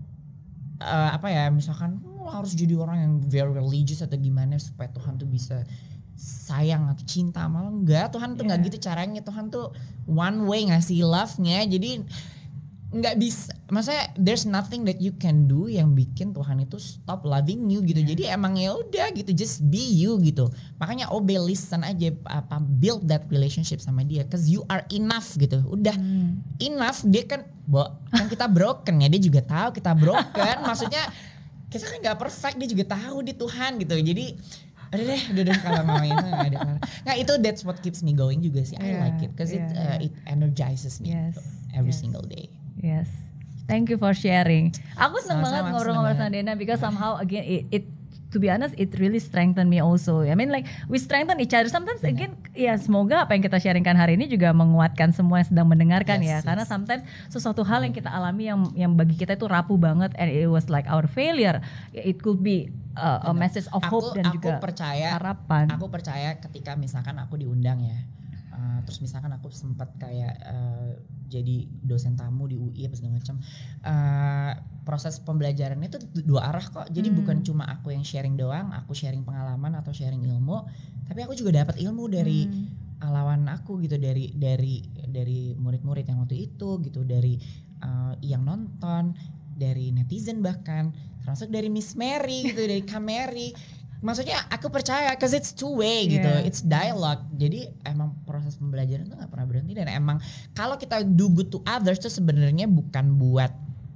S1: misalkan harus jadi orang yang very religious atau gimana supaya Tuhan tuh bisa sayang atau cinta sama lo. Enggak, Tuhan tuh nggak gitu caranya. Tuhan tuh one way ngasih love-nya. Jadi nggak bisa, maksudnya there's nothing that you can do yang bikin Tuhan itu stop loving you gitu. Jadi emang ya udah gitu, just be you gitu. Makanya obey, listen aja, build that relationship sama dia, cause you are enough gitu. Udah enough. Dia kan kita broken ya, dia juga tahu kita broken. Maksudnya kita kan nggak perfect, dia juga tahu di Tuhan gitu. Jadi udah kalau ngomongin itu nggak ada. Nah itu that's what keeps me going juga sih. I like it cause it energizes me every single day.
S2: Yes, thank you for sharing. Aku seneng banget
S1: Sama-sama,
S2: ngobrol-ngobrol
S1: seneng
S2: sama Dena because somehow again it to be honest, it really strengthened me also. I mean like we strengthen each other. Sometimes again, ya semoga apa yang kita sharingkan hari ini juga menguatkan semua yang sedang mendengarkan ya. Karena sometimes sesuatu hal yang kita alami yang bagi kita itu rapuh banget, and it was like our failure. It could be a message of hope dan juga harapan.
S1: Aku percaya ketika misalkan aku diundang ya, terus misalkan aku sempat kayak jadi dosen tamu di UI apa segala macam, proses pembelajarannya itu dua arah kok. Jadi bukan cuma aku yang sharing doang, aku sharing pengalaman atau sharing ilmu, tapi aku juga dapat ilmu dari lawan aku gitu, dari murid-murid yang waktu itu gitu, dari yang nonton, dari netizen bahkan, termasuk dari Miss Mary gitu, dari Kak Mary. Maksudnya aku percaya, cause it's two way gitu, it's dialogue. Jadi emang proses pembelajaran itu nggak pernah berhenti, dan emang kalau kita do good to others itu sebenarnya bukan buat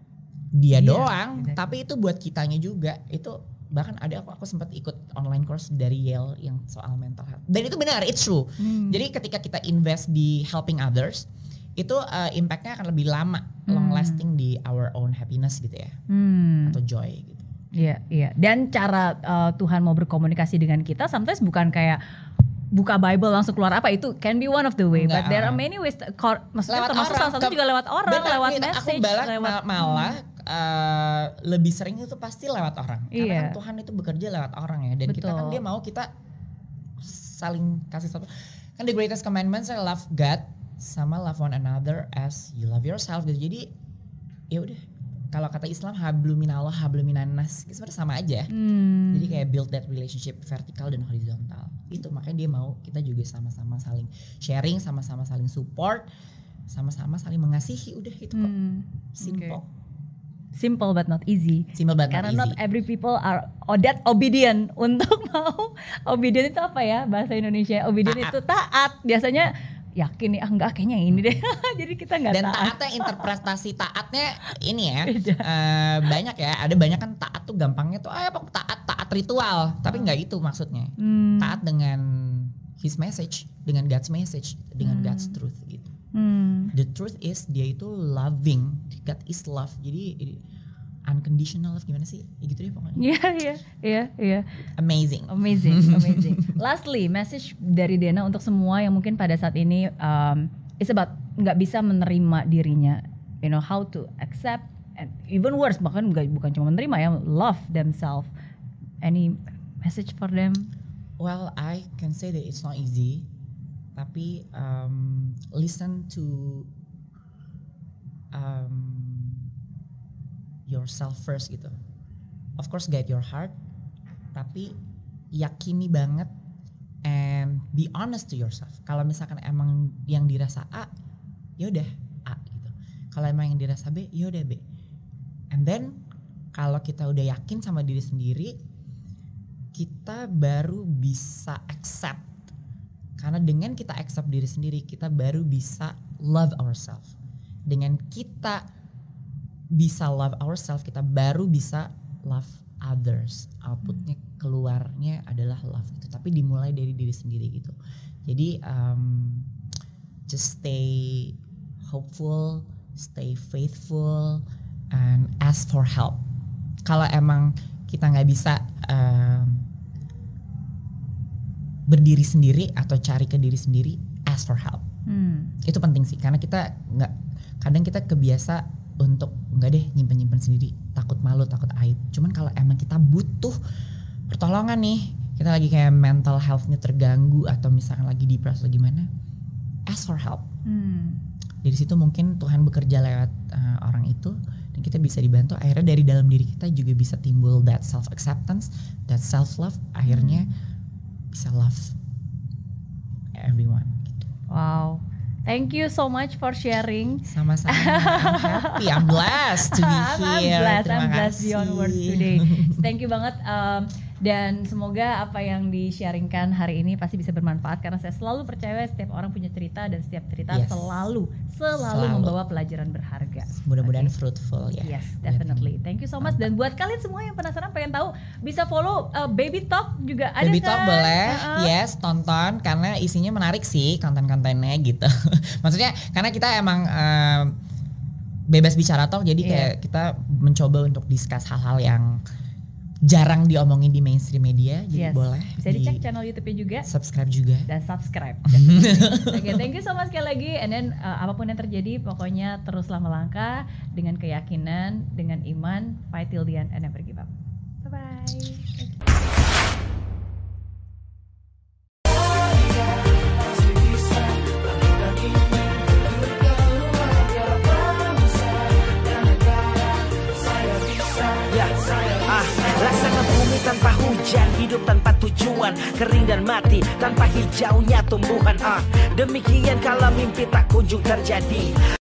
S1: dia doang, tapi itu buat kitanya juga. Itu bahkan ada aku sempat ikut online course dari Yale yang soal mental health, dan itu benar, it's true. Jadi ketika kita invest di helping others, itu impactnya akan lebih lama, long lasting di our own happiness gitu ya, atau joy gitu.
S2: Iya. Dan cara Tuhan mau berkomunikasi dengan kita sometimes bukan kayak buka Bible langsung keluar apa, itu can be one of the way. But there are many ways. Maksudnya termasuk salah satu juga lewat orang, lewat message.
S1: Aku malah lebih sering itu pasti lewat orang. Karena kan Tuhan itu bekerja lewat orang ya. Dan kita kan dia mau kita saling kasih satu. Kan the greatest commandments adalah love God sama love one another as you love yourself gitu. Jadi ya udah. Kalau kata Islam hablum minallah hablum minannas, sebenarnya sama aja. Jadi kayak build that relationship vertikal dan horizontal. Itu makanya dia mau kita juga sama-sama saling sharing, sama-sama saling support, sama-sama saling mengasihi. Udah itu kok. Simple.
S2: Simple but not easy.
S1: Karena
S2: not every people are that obedient. Untuk mau obedient itu apa ya bahasa Indonesia? Obedient itu taat. Biasanya yakin nih enggak kayaknya yang ini deh. Jadi kita enggak taat.
S1: Dan taatnya interpretasi taatnya ini ya. Banyak ya, ada banyak kan taat tuh gampangnya tuh taat ritual, tapi enggak itu maksudnya. Taat dengan his message, dengan God's message, dengan God's truth gitu. The truth is dia itu loving. God is love. Jadi unconditional love gimana sih? Ya gitu deh pokoknya.
S2: Iya. Amazing. Lastly, message dari Dena untuk semua yang mungkin pada saat ini it's about nggak bisa menerima dirinya, you know, how to accept and even worse, bahkan bukan cuma menerima ya, love themselves. Any message for them?
S1: Well, I can say that it's not easy, tapi listen to yourself first gitu. Of course guide your heart, tapi yakini banget and be honest to yourself. Kalau misalkan emang yang dirasa A, ya udah A gitu. Kalau emang yang dirasa B, ya udah B. And then kalau kita udah yakin sama diri sendiri, kita baru bisa accept. Karena dengan kita accept diri sendiri, kita baru bisa love ourselves. Dengan kita bisa love ourselves, kita baru bisa love others. Outputnya keluarnya adalah love gitu. Tapi dimulai dari diri sendiri gitu. Jadi just stay hopeful, stay faithful, and ask for help. Kalau emang kita nggak bisa berdiri sendiri atau cari ke diri sendiri, ask for help. Itu penting sih, karena kita kadang kita kebiasa untuk enggak deh nyimpen sendiri, takut malu, takut aib. Cuman kalau emang kita butuh pertolongan nih, kita lagi kayak mental health-nya terganggu atau misalkan lagi depressed atau gimana, ask for help. Dari situ mungkin Tuhan bekerja lewat orang itu, dan kita bisa dibantu. Akhirnya dari dalam diri kita juga bisa timbul that self acceptance, that self love. Akhirnya bisa love everyone gitu.
S2: Wow. Thank you so much for sharing.
S1: Sama-sama. I'm happy. I'm blessed to be here.
S2: I'm blessed beyond words today. Thank you banget. Dan semoga apa yang di-sharingkan hari ini pasti bisa bermanfaat, karena saya selalu percaya setiap orang punya cerita dan setiap cerita selalu membawa pelajaran berharga.
S1: Mudah-mudahan fruitful ya.
S2: Yes, definitely. Thank you so much. Dan buat kalian semua yang penasaran pengen tahu, bisa follow Baby Talk juga ada.
S1: Baby Talk boleh. Yes, tonton karena isinya menarik sih konten-kontennya gitu. Maksudnya karena kita emang bebas bicara talk, jadi kayak kita mencoba untuk discuss hal-hal yang jarang diomongin di mainstream media, jadi
S2: Yes.
S1: boleh
S2: Bisa dicek channel YouTube-nya juga.
S1: subscribe juga.
S2: Dan subscribe. Oke, thank you so much sekali lagi. And then apapun yang terjadi, pokoknya teruslah melangkah dengan keyakinan, dengan iman, fight till the end and never give up. Bye bye.
S3: Laksana bumi tanpa hujan, hidup tanpa tujuan, kering dan mati tanpa hijaunya tumbuhan. Demikian kalau mimpi tak kunjung terjadi.